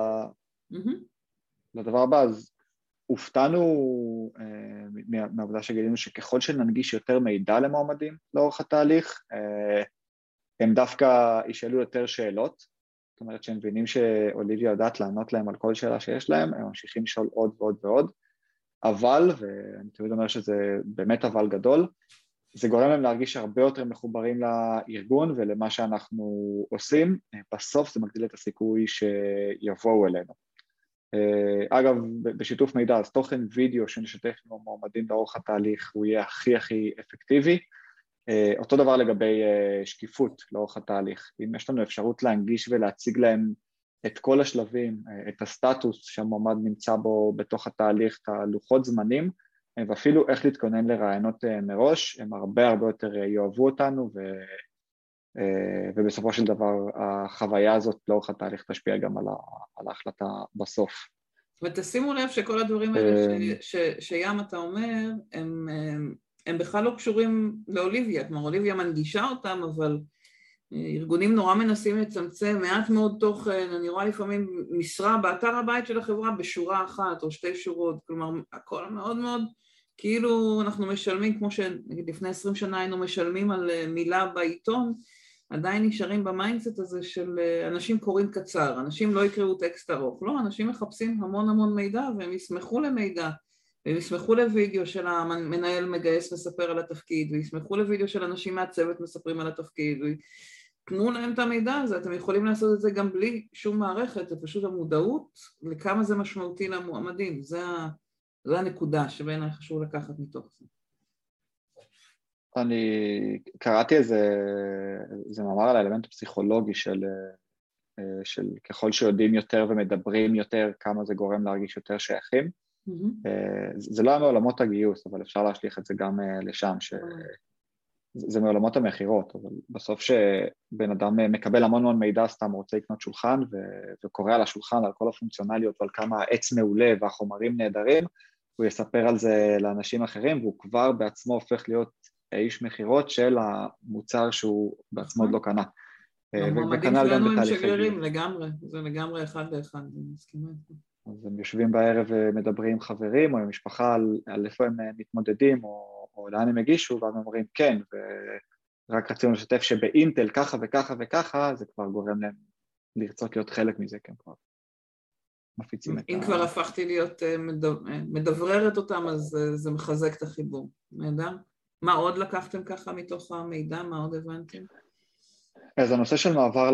לדבר הבא, אז הופתענו מהעבודה שגילינו שככל שננגיש יותר מידע למועמדים לאורך התהליך, הם דווקא ישאלו יותר שאלות, זאת אומרת שהם מבינים שאוליביה יודעת לענות להם על כל שאלה שיש להם, הם ממשיכים לשאול עוד ועוד ועוד, אבל, ואני תמיד אומר שזה באמת אבל גדול, זה גורם להם להרגיש הרבה יותר מחוברים לארגון ולמה שאנחנו עושים, בסוף זה מגדיל את הסיכוי שיבואו אלינו. אגב, בשיתוף מידע, אז תוכן וידאו שנשתף עם המועמדים לאורך התהליך, הוא יהיה הכי הכי אפקטיבי, אותו דבר לגבי שקיפות לאורך התהליך, אם יש לנו אפשרות להנגיש ולהציג להם את כל השלבים, את הסטטוס שהמועמד נמצא בו בתוך התהליך, את הלוחות זמנים, ואפילו איך להתכונן לרעיונות מראש, הם הרבה הרבה יותר יאהבו אותנו, ו, ובסופו של דבר החוויה הזאת לאורך התהליך תשפיע גם על, ה, על ההחלטה בסוף. ותשימו לב שכל הדברים האלה ש, ש, שים אתה אומר, הם, הם, הם בכלל לא קשורים לאוליביה, כלומר אוליביה מנגישה אותם, אבל ארגונים נורא מנסים לצמצם מעט מאוד תוכן, אני רואה לפעמים משרה באתר הבית של החברה בשורה אחת או שתי שורות, כלומר הכל מאוד מאוד, כאילו אנחנו משלמים, כמו שלפני עשרים שנה היינו משלמים על מילה בעיתון, עדיין נשארים במיינדסט הזה של אנשים קוראים קצר, אנשים לא יקראו טקסט ארוך, לא, אנשים מחפשים המון המון מידע והם ישמחו למידע, והם ישמחו לוידאו של המנהל מגייס מספר על התפקיד, וישמחו לוידאו של אנשים מהצוות מספרים על התפקיד, תנו להם את המידע הזה, אתם יכולים לעשות את זה גם בלי שום מערכת, זה פשוט המודעות לכמה זה משמעותי למועמדים, זה, זה הנקודה שבעיניי חשוב לקחת מתוך זה. אני קראתי איזה, איזה מאמר על האלמנט הפסיכולוגי של, של ככל שיודעים יותר ומדברים יותר, כמה זה גורם להרגיש יותר שייכים. Mm-hmm. זה לא היה מעולמות הגיוס, אבל אפשר להשליך את זה גם לשם, ש... זה מעולמות המחירות, אבל בסוף שבן אדם מקבל המון המון מידע, סתם רוצה לקנות שולחן, ו- וקורא על השולחן, על כל הפונקציונליות, ועל כמה העץ מעולה והחומרים נהדרים, הוא יספר על זה לאנשים אחרים, והוא כבר בעצמו הופך להיות האיש מחירות של המוצר שהוא בעצמו עוד לא קנה. המועמדים שלנו הם שגרירים לגמרי, זה לגמרי אחד לאחד, אני מסכימה. אז הם יושבים בערב ומדברים עם חברים, או עם משפחה על, על איפה הם מתמודדים, או או לאן הם הגישו, והם אומרים כן, ורק רצינו לשתף שבאינטל ככה וככה וככה, זה כבר גורם להם לרצות להיות חלק מזה, כן כבר מפיצים את ה... אם כבר הפכתי להיות מדבררת אותם, אז זה מחזק את החיבור. נהדר? מה עוד לקחתם ככה מתוך המידע? מה עוד הבנתם? אז הנושא של מעבר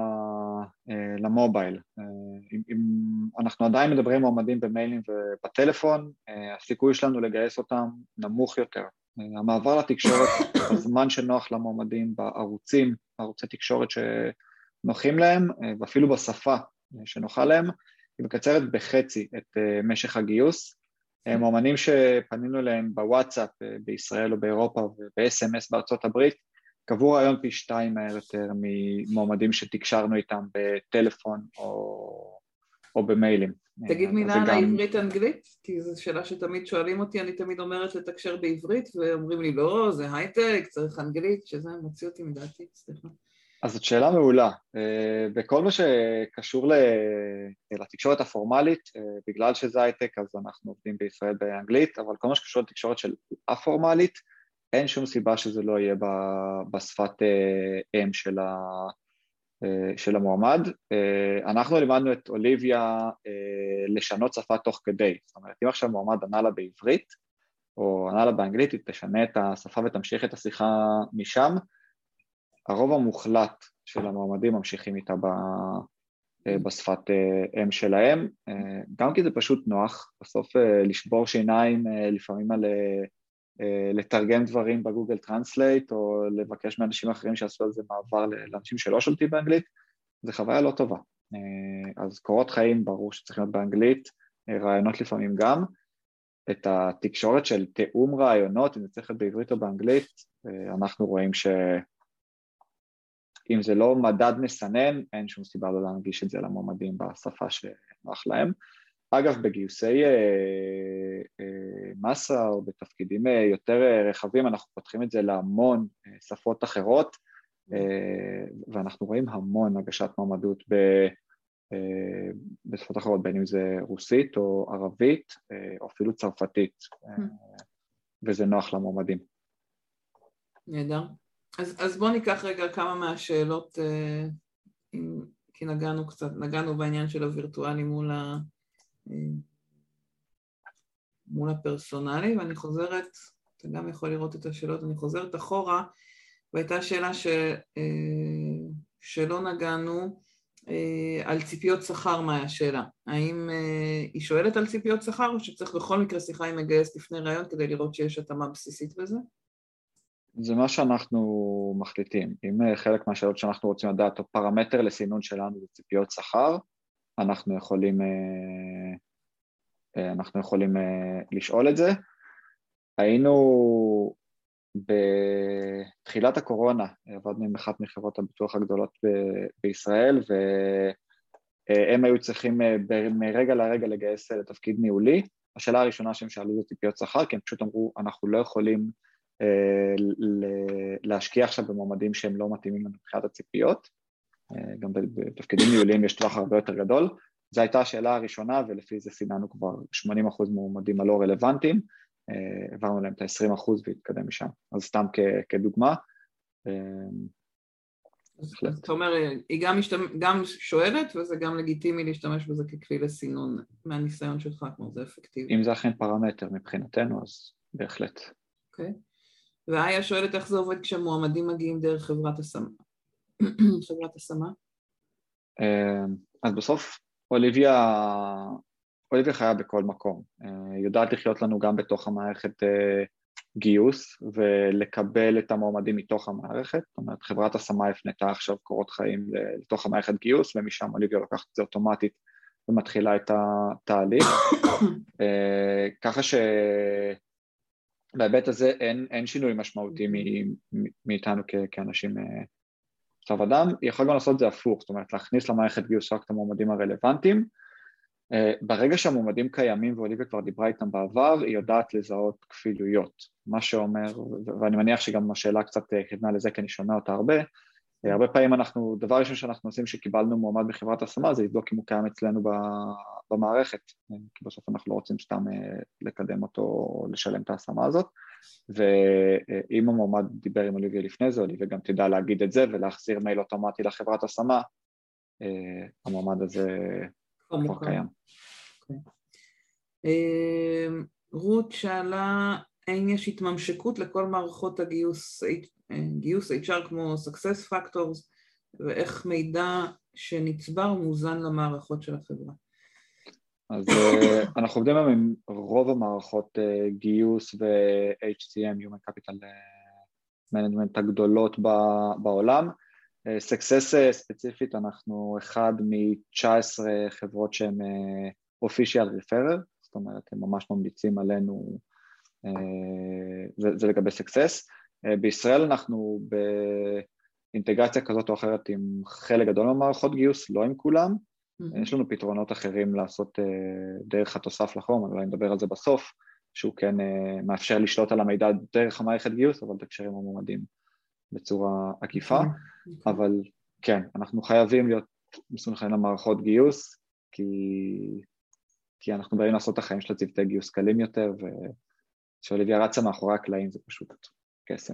למובייל, אם אנחנו עדיין מדברים מועמדים במיילים ובטלפון, הסיכוי שלנו לגייס אותם נמוך יותר. המעבר לתקשורת בזמן שנוח למועמדים בערוצים, ערוצי תקשורת שנוחים להם, ואפילו בשפה שנוחה להם, היא מקצרת בחצי את משך הגיוס. מועמדים שפנינו אליהם בוואטסאפ בישראל או באירופה וב-אס אם אס בארצות הברית, קבעו רעיון פי שתיים מהר יותר ממועמדים שתקשרנו איתם בטלפון או, או במיילים. תגיד מילה על העברית-אנגלית, כי זו שאלה שתמיד שואלים אותי, אני תמיד אומרת לתקשר בעברית, ואומרים לי לא, זה הייטק, צריך אנגלית, שזה מוציא אותי מדעתי, סליחה. אז זאת שאלה מעולה. בכל מה שקשור לתקשורת הפורמלית, בגלל שזה הייטק, אז אנחנו עובדים בישראל באנגלית, אבל כל מה שקשור לתקשורת של הפורמלית, אין שום סיבה שזה לא יהיה בשפת אם של, ה, של המועמד. אנחנו לימדנו את אוליביה לשנות שפה תוך כדי, זאת אומרת, אם עכשיו מועמד ענה לה בעברית, או ענה לה באנגלית, היא תשנה את השפה ותמשיך את השיחה משם, הרוב המוחלט של המועמדים ממשיכים איתה ב, בשפת אם שלהם, גם כי זה פשוט נוח, בסוף לשבור שיניים לפעמים על... לתרגם דברים בגוגל טרנסלייט, או לבקש מאנשים אחרים שעשו על זה מעבר לאנשים שלא שולטים באנגלית, זה חוויה לא טובה. אז קורות חיים ברור שצריכים להיות באנגלית, רעיונות לפעמים גם, את התקשורת של תאום רעיונות, אם זה צריך להיות בעברית או באנגלית, אנחנו רואים שאם זה לא מדד מסנן, אין שום סיבה לא להנגיש את זה למועמדים בשפה שנוח להם. אגב, בגיוסי אה, אה, מסה או בתפקידים אה, יותר רחבים, אנחנו פותחים את זה להמון אה, שפות אחרות, אה, ואנחנו רואים המון הגשת מועמדות ב, אה, בשפות אחרות, בין אם זה רוסית או ערבית, אה, או אפילו צרפתית, אה, וזה נוח למועמדים. נהדר. אז, אז בואו ניקח רגע כמה מהשאלות, אה, עם, כי נגענו קצת, נגענו בעניין של הווירטואלי מול ה... מול הפרסונלי, ואני חוזרת, אתה גם יכול לראות את השאלות, אני חוזרת אחורה, והייתה שאלה ש, שלא נגענו על ציפיות שכר, מה השאלה? האם היא שואלת על ציפיות שכר, או שצריך בכל מקרה שיחה עם מגייס לפני רעיון, כדי לראות שיש התאמה בסיסית בזה? זה מה שאנחנו מחליטים. אם חלק מהשאלות שאנחנו רוצים לדעת, או פרמטר לסינון שלנו זה ציפיות שכר, אנחנו יכולים, אנחנו יכולים לשאול את זה. היינו בתחילת הקורונה, עבדנו עם אחת מחברות הביטוח הגדולות ב- בישראל, והם היו צריכים מרגע לרגע לגייס לתפקיד ניהולי. השאלה הראשונה שהם שאלו זה ציפיות שכר, כי הם פשוט אמרו, אנחנו לא יכולים להשקיע עכשיו במועמדים שהם לא מתאימים מבחינת הציפיות, גם בתפקידים ניהוליים יש טווח הרבה יותר גדול. זו הייתה השאלה הראשונה, ולפי זה סיננו כבר שמונים אחוז מועמדים הלא רלוונטיים, עברנו להם את ה-עשרים אחוז והתקדם משם, אז סתם כ- כדוגמה. אז אתה אומר, היא גם, משתמש, גם שואלת, וזה גם לגיטימי להשתמש בזה ככלי לסינון מהניסיון שלך, כמו זה אפקטיבי. אם זה אכן פרמטר מבחינתנו, אז בהחלט. אוקיי. ואיה שואלת איך זה עובד כשמועמדים מגיעים דרך חברת השמה. חברת השמה? אז בסוף, אוליביה, אוליביה חיה בכל מקום. היא יודעת לחיות לנו גם בתוך המערכת גיוס, ולקבל את המועמדים מתוך המערכת. זאת אומרת, חברת השמה הפנתה עכשיו קורות חיים לתוך המערכת גיוס, ומשם אוליביה לוקחת את זה אוטומטית ומתחילה את התהליך. ככה ש... בהיבט הזה אין, אין שינוי משמעותי מאיתנו כאנשים צו אדם. יכול גם לעשות את זה הפוך, זאת אומרת להכניס למערכת גיוס רק את המועמדים הרלוונטיים. ברגע שהמועמדים קיימים ואוליביה כבר דיברה איתם בעבר, היא יודעת לזהות כפילויות, מה שאומר, ואני מניח שגם השאלה קצת כיוונה לזה כי אני שומע אותה הרבה, הרבה פעמים אנחנו, דבר ראשון שאנחנו עושים שקיבלנו מועמד בחברת השמה, זה לבדוק אם הוא קיים אצלנו במערכת, כי בסוף אנחנו לא רוצים סתם לקדם אותו או לשלם את ההשמה הזאת, ואם המועמד דיבר עם אוליביה לפני זה, אוליביה גם תדע להגיד את זה ולהחזיר מייל אוטומטי לחברת השמה, המועמד הזה כבר קיים. רות שאלה, האם יש התממשקות לכל מערכות הגיוס, גיוס אייץ' אר כמו Success Factors, ואיך מידע שנצבר מוזן למערכות של החברה? אז אנחנו עובדים עם רוב המערכות גיוס ו-אייץ' סי אם, Human Capital Management הגדולות בעולם. Success ספציפית, אנחנו אחד מ-תשע עשרה חברות שהן official referrer, זאת אומרת, הם ממש ממליצים עלינו, זה, זה לגבי Success. בישראל אנחנו באינטגרציה כזאת או אחרת עם חלק גדול מהמערכות גיוס, לא עם כולם. Mm-hmm. יש לנו פתרונות אחרים לעשות דרך התוסף לחום, אבל אני מדבר על זה בסוף, שהוא כן מאפשר לשלוט על המידע דרך המערכת גיוס, אבל תקשר עם המועמדים בצורה עקיפה. Mm-hmm. אבל כן, אנחנו חייבים להיות מסונכרנים למערכות גיוס, כי, כי אנחנו באים לעשות את החיים של הצוותי גיוס קלים יותר, ושאוליביה רצה מאחורי הקלעים זה פשוט קסם.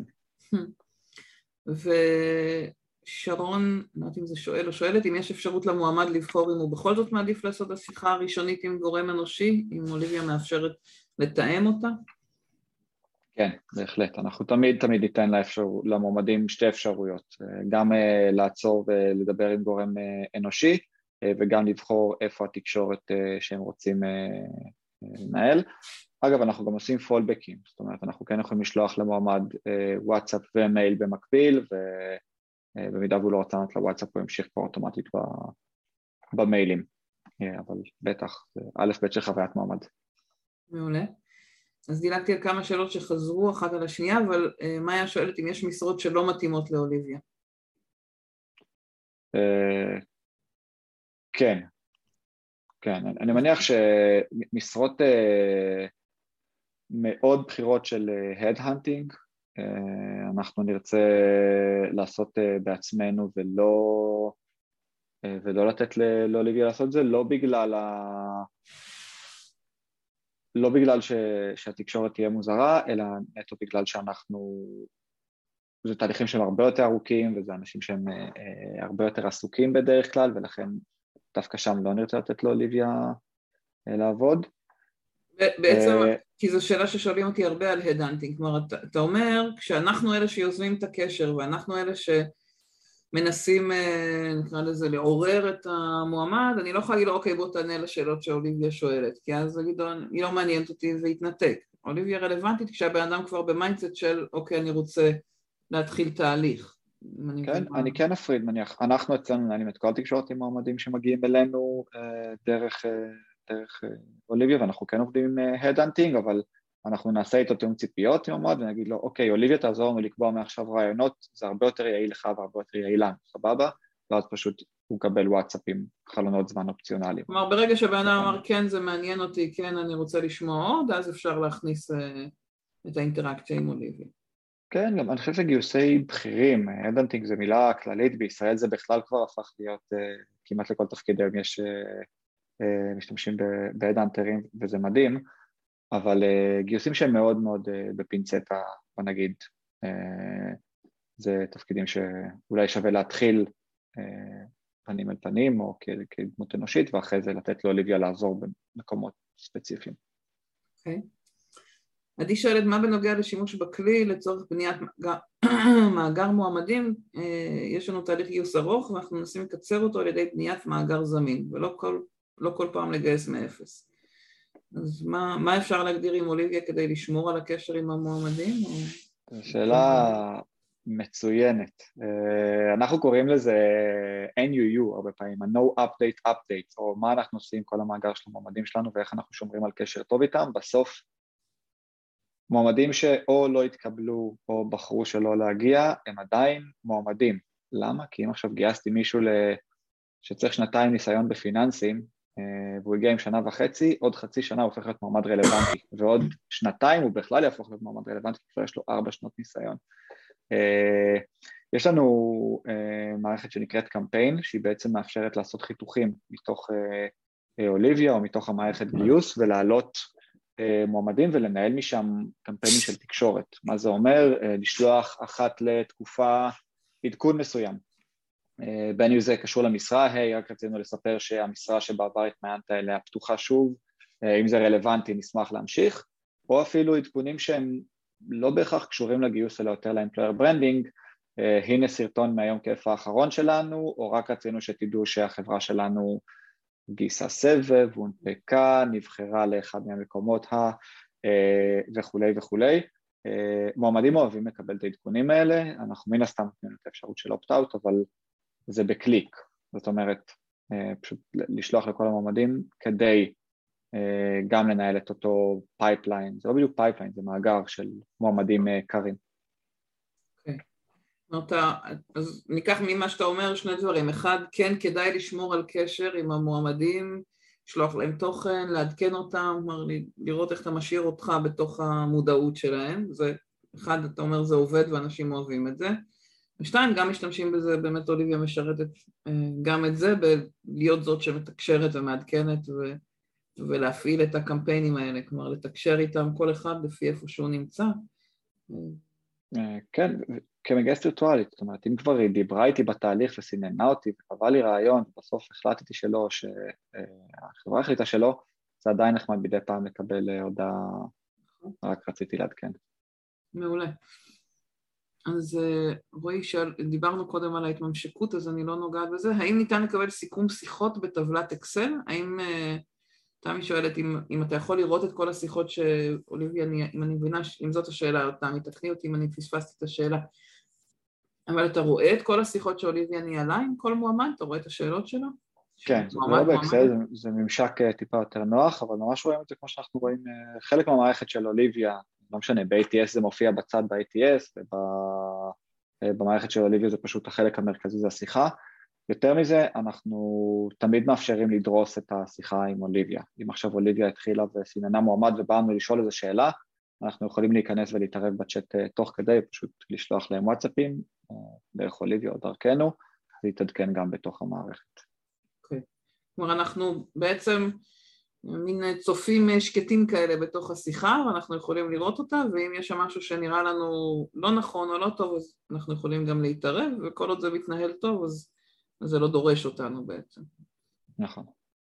ושרון, לא יודעת אם זה שואל או שואלת, אם יש אפשרות למועמד לבחור אם הוא בכל זאת מעדיף לעשות השיחה הראשונית עם גורם אנושי, אם אוליביה מאפשרת לתאם אותה? כן, בהחלט. אנחנו תמיד תמיד ניתן לאפשר, למועמדים שתי אפשרויות, גם uh, לעצור ולדבר עם גורם uh, אנושי, uh, וגם לבחור איפה התקשורת uh, שהם רוצים uh, לנהל. אגב, אנחנו גם עושים פולבקים, זאת אומרת, אנחנו כן יכולים לשלוח למועמד uh, וואטסאפ ומייל במקביל, ובמידה uh, והוא לא רוצה לענות לוואטסאפ, הוא ימשיך פה אוטומטית במיילים, uh, אבל בטח, זה א' ב' של חוויית מועמד. מעולה. אז דילגתי על כמה שאלות שחזרו אחת על השנייה, אבל uh, מאיה שואלת אם יש משרות שלא מתאימות לאוליביה. Uh, כן, כן, אני מניח שמשרות uh, מאוד בחירות של הדהנטינג, uh, uh, אנחנו נרצה לעשות uh, בעצמנו ולא, uh, ולא לתת לאוליביה לעשות זה, לא בגלל ה... לא בגלל ש, שהתקשורת תהיה מוזרה, אלא נטו בגלל שאנחנו, זה תהליכים שהם הרבה יותר ארוכים, וזה אנשים שהם אה, הרבה יותר עסוקים בדרך כלל, ולכן דווקא שם לא נרצה לתת לאוליביה אה, לעבוד. בעצם, אה, כי זו שאלה ששואלים אותי הרבה על הדהנטינג, כלומר, אתה, אתה אומר, כשאנחנו אלה שיוזמים את הקשר, ואנחנו אלה ש... מנסים, נקרא לזה, לעורר את המועמד, אני לא יכולה להגיד לו, אוקיי, בוא תענה לשאלות שאוליביה שואלת, כי אז להגיד לו, היא לא מעניינת אותי והתנתק. אוליביה רלוונטית כשהבן אדם כבר במיינדסט של, אוקיי, אני רוצה להתחיל תהליך. כן, אני כן אפריד, מניח. אנחנו אצלנו מנהלים את כל התקשורת עם מועמדים שמגיעים אלינו דרך דרך אוליביה, ואנחנו כן עובדים עם הדהנטינג, אבל אנחנו נעשה איתו תיאום ציפיות עם המועמד, ונגיד לו, אוקיי, אוליביה תעזור לנו לקבוע מעכשיו רעיונות, זה הרבה יותר יעיל לך והרבה יותר יעיל לנו, סבבה? ואז פשוט הוא מקבל וואטסאפים, חלונות זמן אופציונליים. כלומר, ברגע שבן אדם אמר, כן, זה מעניין אותי, כן, אני רוצה לשמוע עוד, אז אפשר להכניס את האינטראקציה עם אוליביה. כן, גם אני חושב שגיוסי בכירים, הדהנטינג זה מילה כללית, בישראל זה בכלל כבר הפך להיות, כמעט לכל תפקיד היום יש משתמשים בהדהנטרים, וזה מדהים, אבל גיוסים שהם מאוד מאוד בפינצטה, בוא נגיד, זה תפקידים שאולי שווה להתחיל פנים אל פנים, או כדמות אנושית, ואחרי זה לתת לאוליביה לעזור במקומות ספציפיים. אוקיי. עדי שואלת, מה בנוגע לשימוש בכלי לצורך בניית מאגר מועמדים? יש לנו תהליך גיוס ארוך, ואנחנו מנסים לקצר אותו על ידי בניית מאגר זמין, ולא כל, לא כל פעם לגייס מאפס. אז מה, מה אפשר להגדיר עם אוליביה כדי לשמור על הקשר עם המועמדים? או... שאלה מצוינת. אנחנו קוראים לזה אן יו יו הרבה פעמים, ה-No Update Update, או מה אנחנו עושים כל המאגר של המועמדים שלנו, ואיך אנחנו שומרים על קשר טוב איתם. בסוף, מועמדים שאו לא התקבלו או בחרו שלא להגיע, הם עדיין מועמדים. למה? כי אם עכשיו גייסתי מישהו שצריך שנתיים ניסיון בפיננסים, והוא הגיע עם שנה וחצי, עוד חצי שנה הוא הופך להיות מועמד רלוונטי, ועוד שנתיים הוא בכלל יהפוך להיות מועמד רלוונטי, כי יש לו ארבע שנות ניסיון. יש לנו מערכת שנקראת קמפיין, שהיא בעצם מאפשרת לעשות חיתוכים מתוך אוליביה או מתוך המערכת גיוס, ולהעלות מועמדים ולנהל משם קמפיינים של תקשורת. מה זה אומר? לשלוח אחת לתקופה עדכון מסוים. בין אם זה קשור למשרה, היי, רק רצינו לספר שהמשרה שבעבר התמיינת אליה פתוחה שוב, אם זה רלוונטי נשמח להמשיך, או אפילו עדכונים שהם לא בהכרח קשורים לגיוס אלא יותר לאמפלויר ברנדינג, הנה סרטון מהיום כיף האחרון שלנו, או רק רצינו שתדעו שהחברה שלנו גייסה סבב, הונפקה, נבחרה לאחד מהמקומות ה... וכולי וכולי. מועמדים אוהבים לקבל את העדכונים האלה, אנחנו מן הסתם נותנים את האפשרות של אופט-אוט, אבל זה בקליק, זאת אומרת, פשוט לשלוח לכל המועמדים כדי גם לנהל את אותו פייפליין, זה לא בדיוק פייפליין, זה מאגר של מועמדים קרים. אוקיי. אז ניקח ממה שאתה אומר שני דברים, אחד, כן כדאי לשמור על קשר עם המועמדים, לשלוח להם תוכן, לעדכן אותם, לראות איך אתה משאיר אותך בתוך המודעות שלהם, זה אחד, אתה אומר זה עובד ואנשים אוהבים את זה, ושתיים, גם משתמשים בזה, באמת אוליביה משרתת גם את זה, בלהיות זאת שמתקשרת ומעדכנת ו... ולהפעיל את הקמפיינים האלה, כלומר לתקשר איתם כל אחד לפי איפה שהוא נמצא. כן, כמגייס וירטואלית, זאת אומרת, אם כבר היא דיברה איתי בתהליך וסיננה אותי, וקבעה לי רעיון, ובסוף החלטתי שלא, שהחברה החליטה שלא, זה עדיין נחמד מדי פעם לקבל הודעה, רק רציתי לעדכן. מעולה. אז רואי, דיברנו קודם על ההתממשקות, אז אני לא נוגעת בזה. האם ניתן לקבל סיכום שיחות בטבלת אקסל? האם, תמי שואלת, אם, אם אתה יכול לראות את כל השיחות שאוליביה, אם אני מבינה, אם זאת השאלה, תמי, תקני אותי אם אני פספסתי את השאלה. אבל אתה רואה את כל השיחות שאוליביה ניהלה עם כל מועמד? אתה רואה את השאלות שלו? כן, זה לא באקסל, זה, זה ממשק טיפה יותר נוח, אבל ממש רואים את זה כמו שאנחנו רואים, חלק מהמערכת של אוליביה, לא משנה, ב-איי טי אס זה מופיע בצד ב-איי טי אס, ובמערכת של אוליביה זה פשוט החלק המרכזי, זה השיחה. יותר מזה, אנחנו תמיד מאפשרים לדרוס את השיחה עם אוליביה. אם עכשיו אוליביה התחילה וסיננה מועמד ובאנו לשאול איזו שאלה, אנחנו יכולים להיכנס ולהתערב בצ'אט תוך כדי, פשוט לשלוח להם וואטסאפים, דרך אוליביה או דרכנו, להתעדכן גם בתוך המערכת. אוקיי. כלומר, אנחנו בעצם מין צופים שקטים כאלה בתוך השיחה, ואנחנו יכולים לראות אותה, ואם יש שם משהו שנראה לנו לא נכון או לא טוב, אז אנחנו יכולים גם להתערב, וכל עוד זה מתנהל טוב, אז זה לא דורש אותנו בעצם. נכון.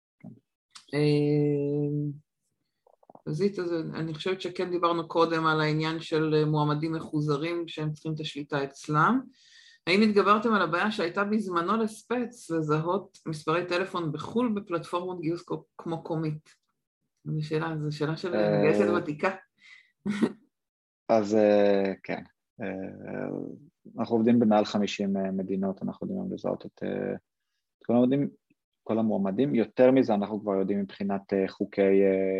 אז אני חושבת שכן דיברנו קודם על העניין של מועמדים מחוזרים, שהם צריכים את השליטה אצלם. האם התגברתם על הבעיה שהייתה בזמנו לספץ לזהות מספרי טלפון בחול בפלטפורמות גיוס כמו קומית? זו שאלה, זו שאלה של מגייסת ותיקה. אז כן, אנחנו עובדים במעל חמישים מדינות, אנחנו יודעים לזהות את כל המועמדים, כל המועמדים. יותר מזה אנחנו כבר יודעים מבחינת חוקי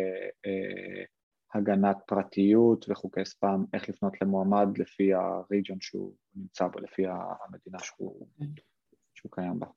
הגנת פרטיות וחוקי ספאם, איך לפנות למועמד לפי הריג'ון שהוא נמצא בו, לפי המדינה שהוא, שהוא קיים בה.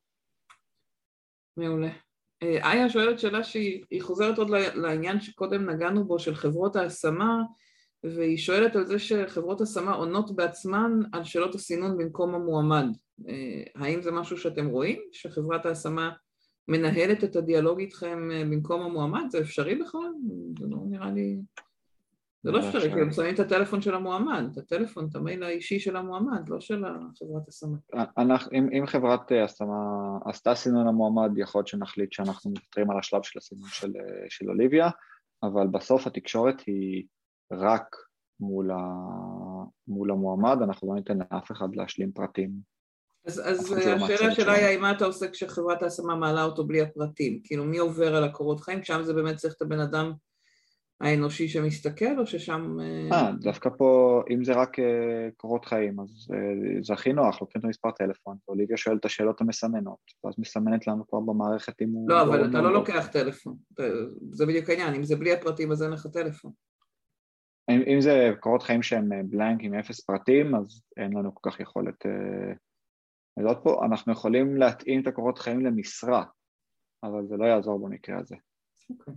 מעולה. איה שואלת שאלה שהיא חוזרת עוד לעניין שקודם נגענו בו של חברות ההשמה, והיא שואלת על זה שחברות השמה עונות בעצמן על שאלות הסינון במקום המועמד. האם זה משהו שאתם רואים? שחברת ההשמה מנהלת את הדיאלוג איתכם במקום המועמד? זה אפשרי בכלל? זה לא נראה לי... זה לא אפשרי, כי הם שמים את הטלפון של המועמד, את הטלפון, את המייל האישי של המועמד, לא של חברת השמה. אם, אם חברת השמה עשתה סינון המועמד, יכול להיות שנחליט שאנחנו מוותרים על השלב של הסינון של, של אוליביה, אבל בסוף התקשורת היא רק מול, ה, מול המועמד, אנחנו לא ניתן לאף אחד להשלים פרטים. אז, אז השאלה שלה היא, האם אתה עושה כשחברת ההשמה מעלה אותו בלי הפרטים? כאילו, מי עובר על הקורות חיים? שם זה באמת צריך את הבן אדם האנושי שמסתכל, או ששם... אה, דווקא פה, אם זה רק קורות חיים, אז זה הכי נוח, לוקחים את המספר טלפון, ואוליביה שואלת את השאלות המסמנות, ואז מסמנת לנו כבר במערכת אם הוא... לא, אבל אתה לא לוקח טלפון, זה בדיוק העניין, אם זה בלי הפרטים, אז אין לך טלפון. אם, אם זה קורות חיים שהם בלנק עם אפס פרטים, אז אין לנו כל כך יכולת... אז עוד פה, אנחנו יכולים להתאים את הקורות חיים למשרה, אבל זה לא יעזור במקרה הזה. אוקיי.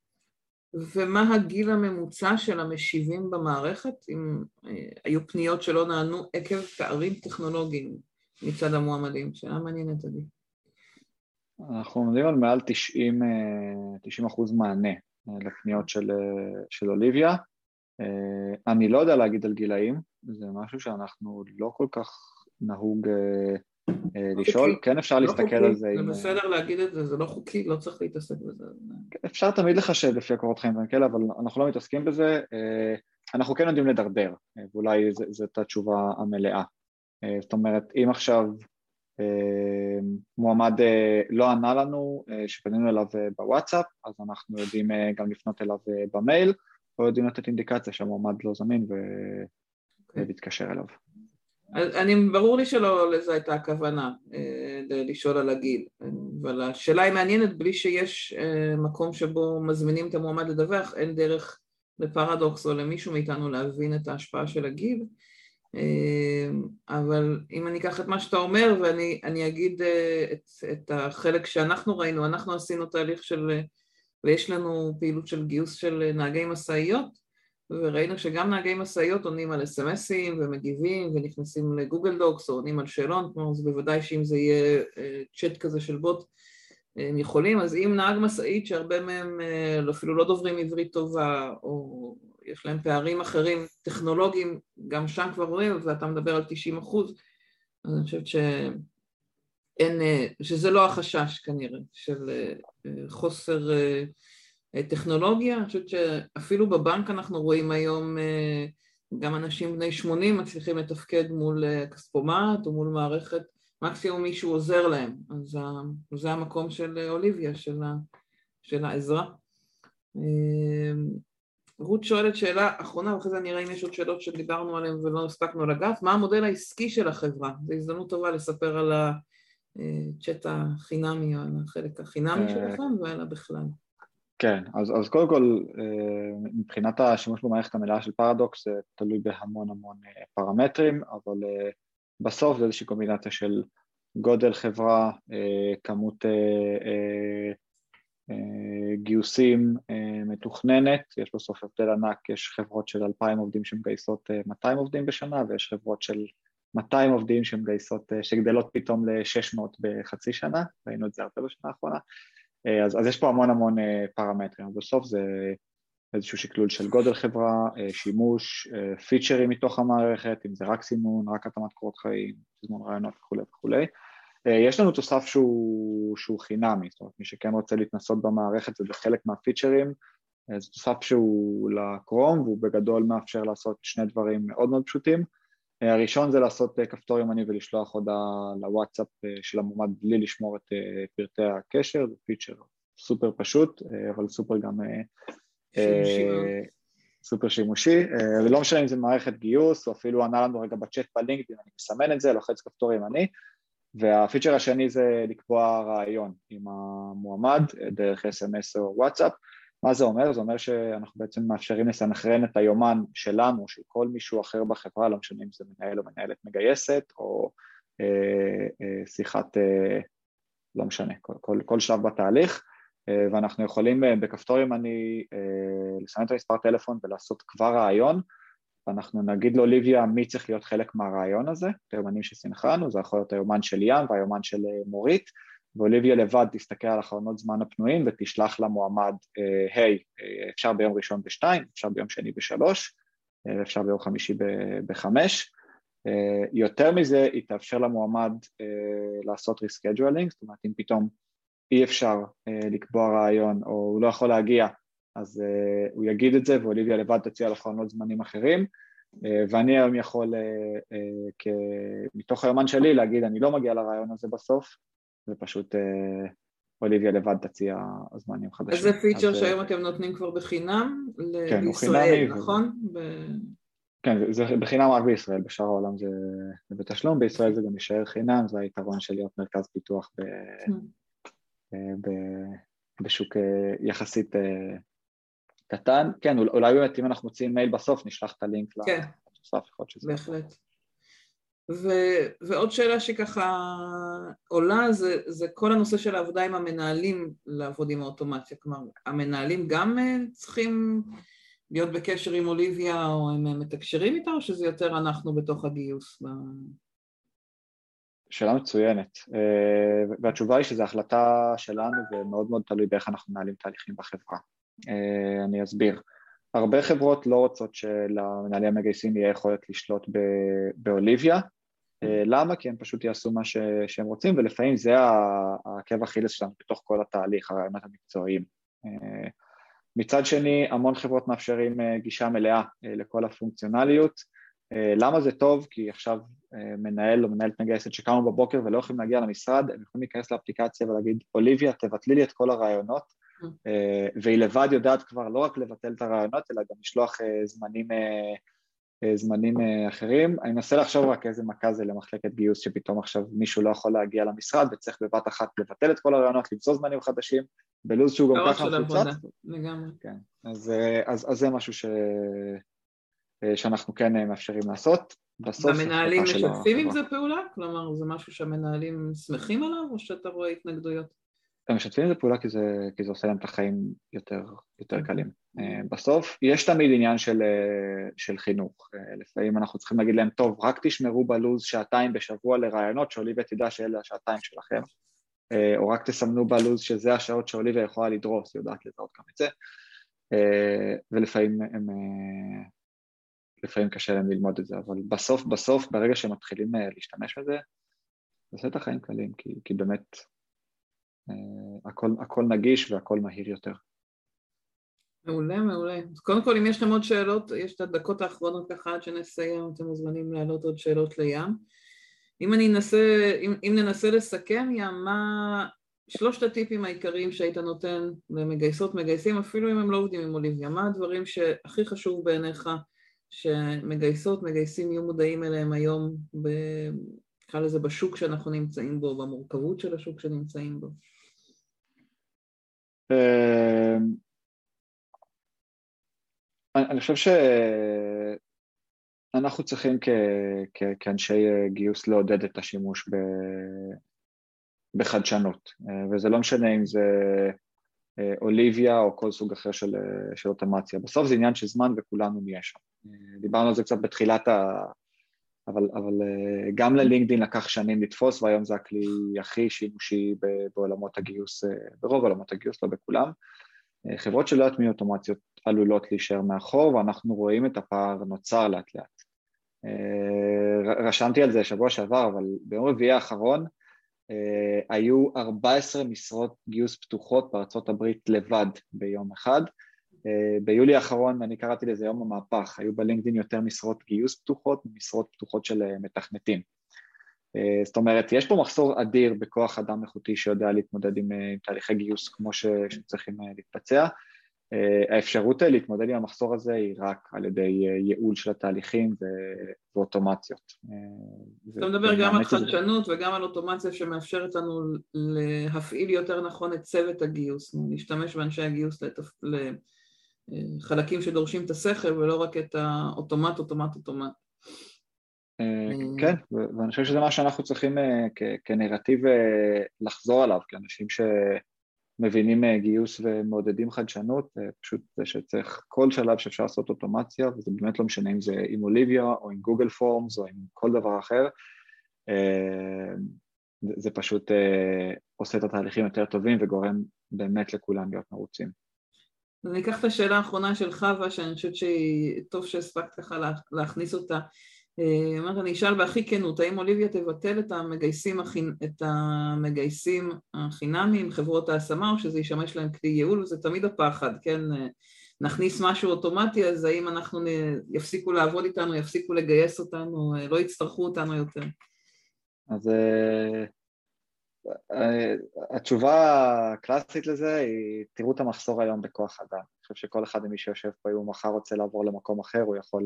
ומה הגיל הממוצע של המשיבים במערכת? אם היו פניות שלא נענו עקב פערים טכנולוגיים מצד המועמדים, שאלה מעניינת עדי. אנחנו עומדים על מעל תשעים, תשעים אחוז מענה לפניות של, של אוליביה. אני לא יודע להגיד על גילאים, זה משהו שאנחנו לא כל כך נהוג לשאול, כן אפשר להסתכל על זה. זה בסדר להגיד את זה, זה לא חוקי, לא צריך להתעסק בזה. אפשר תמיד לחשב לפי הקורות חיים כאלה, אבל אנחנו לא מתעסקים בזה, אנחנו כן יודעים לדרדר, ואולי זאת התשובה המלאה. זאת אומרת, אם עכשיו מועמד לא ענה לנו, שפנינו אליו בוואטסאפ, אז אנחנו יודעים גם לפנות אליו במייל, או יודעים לתת אינדיקציה שהמועמד לא זמין ולהתקשר אליו. אני, ברור לי שלא לזה הייתה הכוונה, לשאול על הגיל, אבל השאלה היא מעניינת, בלי שיש מקום שבו מזמינים את המועמד לדווח, אין דרך לפרדוקס או למישהו מאיתנו להבין את ההשפעה של הגיל, אבל אם אני אקח את מה שאתה אומר, ואני אני אגיד את, את החלק שאנחנו ראינו, אנחנו עשינו תהליך של, ויש לנו פעילות של גיוס של נהגי מסעיות, וראינו שגם נהגי מסעיות עונים על אס אם אסים ומגיבים ונכנסים לגוגל דוקס או עונים על שאלון, כמו זה בוודאי שאם זה יהיה צ'אט כזה של בוט הם יכולים, אז אם נהג מסעית שהרבה מהם אפילו לא דוברים עברית טובה או יש להם פערים אחרים טכנולוגיים, גם שם כבר רואים, ואתה מדבר על תשעים אחוז, אז אני חושבת שאין, שזה לא החשש כנראה של חוסר טכנולוגיה. אני חושבת שאפילו בבנק אנחנו רואים היום גם אנשים בני שמונים מצליחים לתפקד מול כספומט או מול מערכת, מקסימום מישהו עוזר להם, אז זה המקום של אוליביה, של, של העזרה. רות שואלת שאלה אחרונה, ואחרי זה נראה אם יש עוד שאלות שדיברנו עליהן ולא הספקנו לגעת, מה המודל העסקי של החברה? זו הזדמנות טובה לספר על הצ'אט החינמי או על החלק החינמי שלכם ועל בכלל. כן, אז, אז קודם כל, מבחינת השימוש במערכת המלאה של פרדוקס, זה תלוי בהמון המון פרמטרים, אבל בסוף זה איזושהי קומבינציה של גודל חברה, כמות גיוסים מתוכננת, יש בסוף הבדל ענק, יש חברות של אלפיים עובדים שמגייסות מאתיים עובדים בשנה, ויש חברות של מאתיים עובדים שמגייסות, שגדלות פתאום ל-שש מאות בחצי שנה, ראינו את זה הרבה בשנה האחרונה, אז, אז יש פה המון המון פרמטרים, בסוף זה איזשהו שקלול של גודל חברה, שימוש, פיצ'רים מתוך המערכת, אם זה רק סינון, רק התאמת קורות חיים, תזמון רעיונות וכו' וכו'. יש לנו תוסף שהוא, שהוא חינמי, זאת אומרת, מי שכן רוצה להתנסות במערכת, זה בחלק מהפיצ'רים, זה תוסף שהוא לקרום, והוא בגדול מאפשר לעשות שני דברים מאוד מאוד פשוטים. הראשון זה לעשות כפתור ימני ולשלוח הודעה לוואטסאפ של המועמד בלי לשמור את פרטי הקשר, זה פיצ'ר סופר פשוט, אבל סופר גם סופר שימושי, ולא משנה אם זה מערכת גיוס, או אפילו ענה לנו רגע בצ'אט בלינקדאין, אני מסמן את זה, לוחץ כפתור ימני, והפיצ'ר השני זה לקבוע רעיון עם המועמד, דרך אס אם אס או וואטסאפ. מה זה אומר? זה אומר שאנחנו בעצם מאפשרים לסנכרן את היומן שלנו, של כל מישהו אחר בחברה, לא משנה אם זה מנהל או מנהלת מגייסת, או אה, אה, שיחת, אה, לא משנה, כל, כל, כל שלב בתהליך, אה, ואנחנו יכולים אה, בכפתור ימני אה, לסמן את המספר טלפון ולעשות כבר רעיון, ואנחנו נגיד לאוליביה מי צריך להיות חלק מהרעיון הזה, היומנים שסנכרנו, זה יכול להיות היומן של ים והיומן של מורית, ואוליביה לבד תסתכל על החלונות זמן הפנויים ותשלח למועמד, היי, אפשר ביום ראשון בשתיים, אפשר ביום שני בשלוש, אפשר ביום חמישי בחמש, יותר מזה היא תאפשר למועמד לעשות ריסקייג'ואלינג, זאת אומרת אם פתאום אי אפשר לקבוע רעיון או הוא לא יכול להגיע, אז uh, הוא יגיד את זה, ואוליביה לבד תציע לו חלונות זמנים אחרים, uh, ואני היום יכול, uh, uh, כ... מתוך היומן שלי, להגיד, אני לא מגיע לרעיון הזה בסוף, ופשוט uh, אוליביה לבד תציע זמנים חדשים. אז זה פיצ'ר שהיום אתם נותנים כבר בחינם כן, לישראל, נכון? ו... כן, זה בחינם רק בישראל, בשאר העולם זה, זה בתשלום, בישראל זה גם יישאר חינם, זה היתרון של להיות מרכז פיתוח ב... ב... בשוק יחסית קטן. כן, אולי באמת אם אנחנו מוצאים מייל בסוף, נשלח את הלינק כן, לסוף. בהחלט. ו- ועוד שאלה שככה עולה, זה, זה כל הנושא של העבודה עם המנהלים לעבוד עם האוטומציה. כלומר, המנהלים גם צריכים להיות בקשר עם אוליביה, או הם מתקשרים איתה, או שזה יותר אנחנו בתוך הגיוס? שאלה מצוינת, והתשובה היא שזו החלטה שלנו, ומאוד מאוד תלוי באיך אנחנו מנהלים תהליכים בחברה. אני אסביר. הרבה חברות לא רוצות שלמנהלי המגייסים יהיה יכולת לשלוט באוליביה. למה? כי הם פשוט יעשו מה שהם רוצים, ולפעמים זה העקב אכילס שלנו בתוך כל התהליך, הרעיונות המקצועיים. מצד שני, המון חברות מאפשרים גישה מלאה לכל הפונקציונליות. למה זה טוב? כי עכשיו מנהל או מנהלת מגייסת שקמו בבוקר ולא יכולים להגיע למשרד, הם יכולים להיכנס לאפליקציה ולהגיד, אוליביה, תבטלי לי את כל הרעיונות, והיא לבד יודעת כבר לא רק לבטל את הרעיונות, אלא גם לשלוח זמנים, זמנים אחרים. אני מנסה לחשוב רק איזה מכה זה למחלקת גיוס, שפתאום עכשיו מישהו לא יכול להגיע למשרד, וצריך בבת אחת לבטל את כל הרעיונות, למצוא זמנים חדשים, בלוז שהוא גם ככה מפוצץ. לגמרי. כן, אז, אז, אז זה משהו ש... שאנחנו כן מאפשרים לעשות. המנהלים משתפים עם זה פעולה? כלומר, זה משהו שהמנהלים שמחים עליו, או שאתה רואה התנגדויות? הם משתפים עם זה פעולה כי זה, כי זה עושה להם את החיים יותר, יותר קלים. בסוף, יש תמיד עניין של, של חינוך. לפעמים אנחנו צריכים להגיד להם, טוב, רק תשמרו בלוז שעתיים בשבוע לרעיונות, שאוליביה תדע שאלה השעתיים שלכם, או רק תסמנו בלוז שזה השעות שאוליביה יכולה לדרוס, יודעת לזהות גם את זה, ולפעמים הם... לפעמים קשה להם ללמוד את זה, אבל בסוף, בסוף, ברגע שהם מתחילים להשתמש בזה, זה עושה את החיים קלים, כי, כי באמת הכל, הכל נגיש והכל מהיר יותר. מעולה, מעולה. אז קודם כל, אם יש לכם עוד שאלות, יש את הדקות האחרונות ככה עד שנסיים, אתם מוזמנים להעלות עוד שאלות לים. אם אני אנסה, אם, אם ננסה לסכם, ים, מה שלושת הטיפים העיקריים שהיית נותן למגייסות, מגייסים, אפילו אם הם לא עובדים עם אוליביה, מה הדברים שהכי חשוב בעיניך, שמגייסות, מגייסים יהיו מודעים אליהם היום, נקרא לזה בשוק שאנחנו נמצאים בו, במורכבות של השוק שנמצאים בו. אני חושב שאנחנו צריכים כאנשי גיוס לעודד את השימוש בחדשנות, וזה לא משנה אם זה אוליביה או כל סוג אחר של, של אוטומציה. בסוף זה עניין של זמן וכולנו נהיה שם. דיברנו על זה קצת בתחילת ה... אבל, אבל גם ללינקדין לקח שנים לתפוס, והיום זה הכלי הכי שימושי בעולמות הגיוס, ברוב עולמות הגיוס, לא בכולם. חברות שלא יטמיעו אוטומציות עלולות להישאר מאחור, ואנחנו רואים את הפער נוצר לאט לאט. רשמתי על זה שבוע שעבר, אבל ביום רביעי האחרון, Uh, היו ארבע עשרה משרות גיוס פתוחות בארצות הברית לבד ביום אחד. Uh, ביולי האחרון, אני קראתי לזה יום המהפך, היו בלינקדין יותר משרות גיוס פתוחות, משרות פתוחות של uh, מתכנתים. Uh, זאת אומרת, יש פה מחסור אדיר בכוח אדם איכותי שיודע להתמודד עם, uh, עם תהליכי גיוס כמו ש, שצריכים uh, להתבצע. האפשרות להתמודד עם המחסור הזה היא רק על ידי ייעול של התהליכים ואוטומציות. אתה מדבר גם על חדשנות וגם על אוטומציה שמאפשרת לנו להפעיל יותר נכון את צוות הגיוס, להשתמש באנשי הגיוס לחלקים שדורשים את השכל ולא רק את האוטומט, אוטומט, אוטומט. כן, ואני חושב שזה מה שאנחנו צריכים כנרטיב לחזור עליו, כאנשים שמבינים גיוס ומעודדים חדשנות, פשוט זה שצריך כל שלב שאפשר לעשות אוטומציה, וזה באמת לא משנה אם זה עם אוליביה או עם גוגל פורמס או עם כל דבר אחר, זה פשוט עושה את התהליכים יותר טובים וגורם באמת לכולם להיות מרוצים. אני אקח את השאלה האחרונה של חווה, שאני חושבת שטוב שהספקת ככה להכניס אותה. אמרת, אני אשאל בהכי כנות, האם אוליביה תבטל את המגייסים, את המגייסים החינמיים, חברות ההשמה, או שזה ישמש להם כלי ייעול, וזה תמיד הפחד, כן? נכניס משהו אוטומטי, אז האם אנחנו יפסיקו לעבוד איתנו, יפסיקו לגייס אותנו, לא יצטרכו אותנו יותר? אז התשובה הקלאסית לזה היא, תראו את המחסור היום בכוח אדם. אני חושב שכל אחד ממי שיושב פה, הוא מחר רוצה לעבור למקום אחר, הוא יכול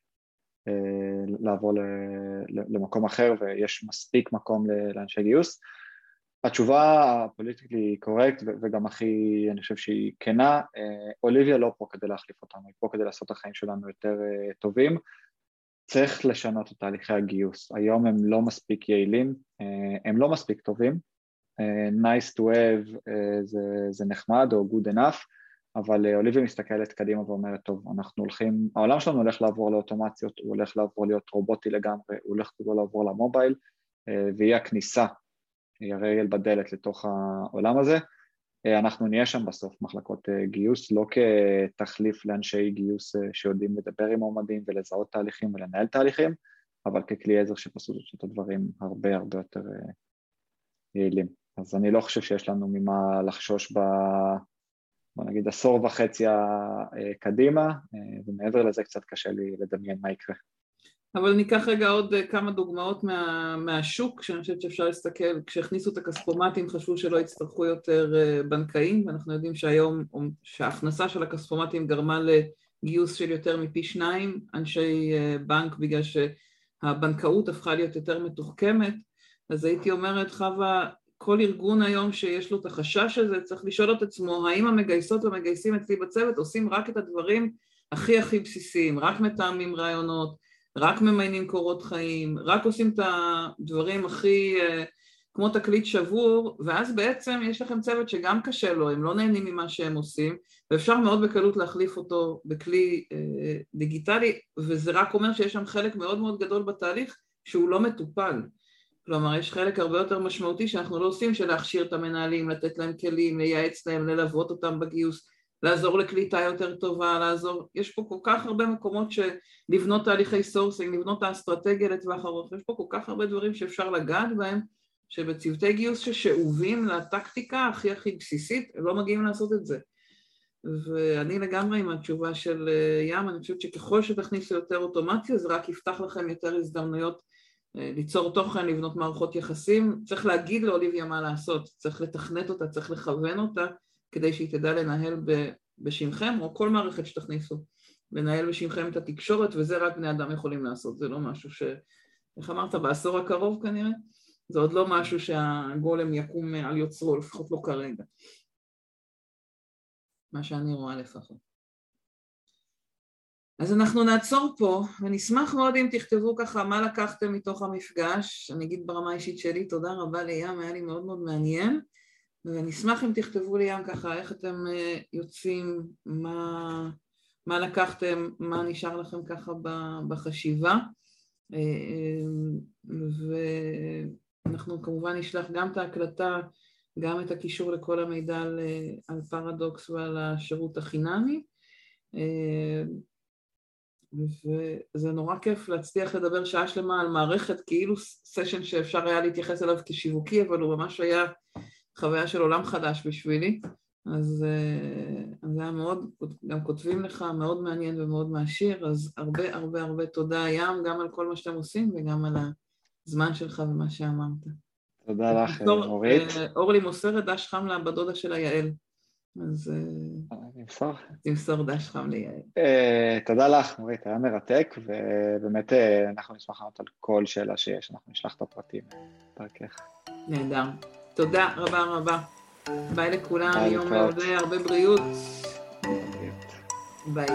לעבור למקום אחר, ויש מספיק מקום לאנשי גיוס. התשובה הפוליטיקלי קורקט, וגם הכי, אני חושב שהיא כנה, אוליביה לא פה כדי להחליף אותנו, היא פה כדי לעשות את החיים שלנו יותר טובים. צריך לשנות את תהליכי הגיוס. היום הם לא מספיק יעילים, הם לא מספיק טובים. nice to have זה, זה נחמד או good enough, אבל אוליביה מסתכלת קדימה ואומרת, טוב, אנחנו הולכים, העולם שלנו הולך לעבור לאוטומציות, הוא הולך לעבור להיות רובוטי לגמרי, הוא הולך לעבור למובייל, והיא הכניסה, היא הרגל בדלת לתוך העולם הזה. אנחנו נהיה שם בסוף מחלקות גיוס, לא כתחליף לאנשי גיוס שיודעים לדבר עם מועמדים ולזהות תהליכים ולנהל תהליכים, אבל ככלי עזר שפשוט את הדברים הרבה הרבה יותר יעילים. אז אני לא חושב שיש לנו ממה לחשוש ב... בוא נגיד עשור וחצי קדימה, ומעבר לזה קצת קשה לי לדמיין מה יקרה. אבל ניקח רגע עוד כמה דוגמאות מה, מהשוק, שאני חושבת שאפשר להסתכל, כשהכניסו את הכספומטים חשבו שלא יצטרכו יותר בנקאים, ואנחנו יודעים שהיום, שההכנסה של הכספומטים גרמה לגיוס של יותר מפי שניים, אנשי בנק, בגלל שהבנקאות הפכה להיות יותר מתוחכמת, אז הייתי אומרת, חווה, כל ארגון היום שיש לו את החשש הזה, צריך לשאול את עצמו, האם המגייסות והמגייסים אצלי בצוות עושים רק את הדברים הכי הכי בסיסיים, רק מתאמים רעיונות, רק ממיינים קורות חיים, רק עושים את הדברים הכי, כמו תקליט שבור, ואז בעצם יש לכם צוות שגם קשה לו, הם לא נהנים ממה שהם עושים, ואפשר מאוד בקלות להחליף אותו בכלי דיגיטלי, וזה רק אומר שיש שם חלק מאוד מאוד גדול בתהליך שהוא לא מטופל. כלומר, יש חלק הרבה יותר משמעותי שאנחנו לא עושים, של להכשיר את המנהלים, לתת להם כלים, לייעץ להם, ללוות אותם בגיוס, לעזור לקליטה יותר טובה, לעזור, יש פה כל כך הרבה מקומות שלבנות תהליכי סורסינג, לבנות את האסטרטגיה לטווח ארוך, יש פה כל כך הרבה דברים שאפשר לגעת בהם, שבצוותי גיוס ששאובים לטקטיקה הכי הכי בסיסית, הם לא מגיעים לעשות את זה. ואני לגמרי עם התשובה של ים, אני חושבת שככל שתכניסו יותר אוטומציה, זה רק יפתח לכם יותר הזדמנויות ליצור תוכן, לבנות מערכות יחסים, צריך להגיד לאוליביה מה לעשות, צריך לתכנת אותה, צריך לכוון אותה, כדי שהיא תדע לנהל בשמכם, או כל מערכת שתכניסו, לנהל בשמכם את התקשורת, וזה רק בני אדם יכולים לעשות, זה לא משהו ש... איך אמרת, בעשור הקרוב כנראה? זה עוד לא משהו שהגולם יקום על יוצרו, לפחות לא כרגע. מה שאני רואה לפחות. אז אנחנו נעצור פה, ונשמח מאוד אם תכתבו ככה מה לקחתם מתוך המפגש, אני אגיד ברמה האישית שלי, תודה רבה לים, היה לי מאוד מאוד מעניין, ונשמח אם תכתבו לי ים ככה, איך אתם יוצאים, מה, מה לקחתם, מה נשאר לכם ככה בחשיבה, ואנחנו כמובן נשלח גם את ההקלטה, גם את הקישור לכל המידע על, על פרדוקס ועל השירות החינמי, וזה נורא כיף להצליח לדבר שעה שלמה על מערכת, כאילו סשן שאפשר היה להתייחס אליו כשיווקי, אבל הוא ממש היה חוויה של עולם חדש בשבילי, אז, אז זה היה מאוד, גם כותבים לך, מאוד מעניין ומאוד מעשיר, אז הרבה הרבה הרבה תודה ים, גם על כל מה שאתם עושים וגם על הזמן שלך ומה שאמרת. תודה לך, אורית. אורלי מוסרת דש חם לה בדודה של היעל. אז נמסור. תמסור דש חם ליעל. תודה לך, נורית, היה מרתק, ובאמת אנחנו נשמח לענות על כל שאלה שיש, אנחנו נשלח את הפרטים דרכך. נהדר. תודה רבה רבה. ביי לכולם, יום מעולה, הרבה בריאות. ביי.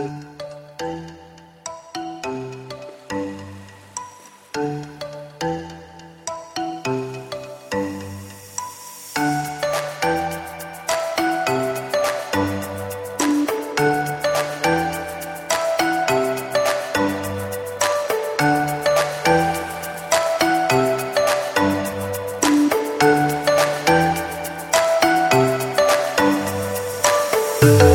you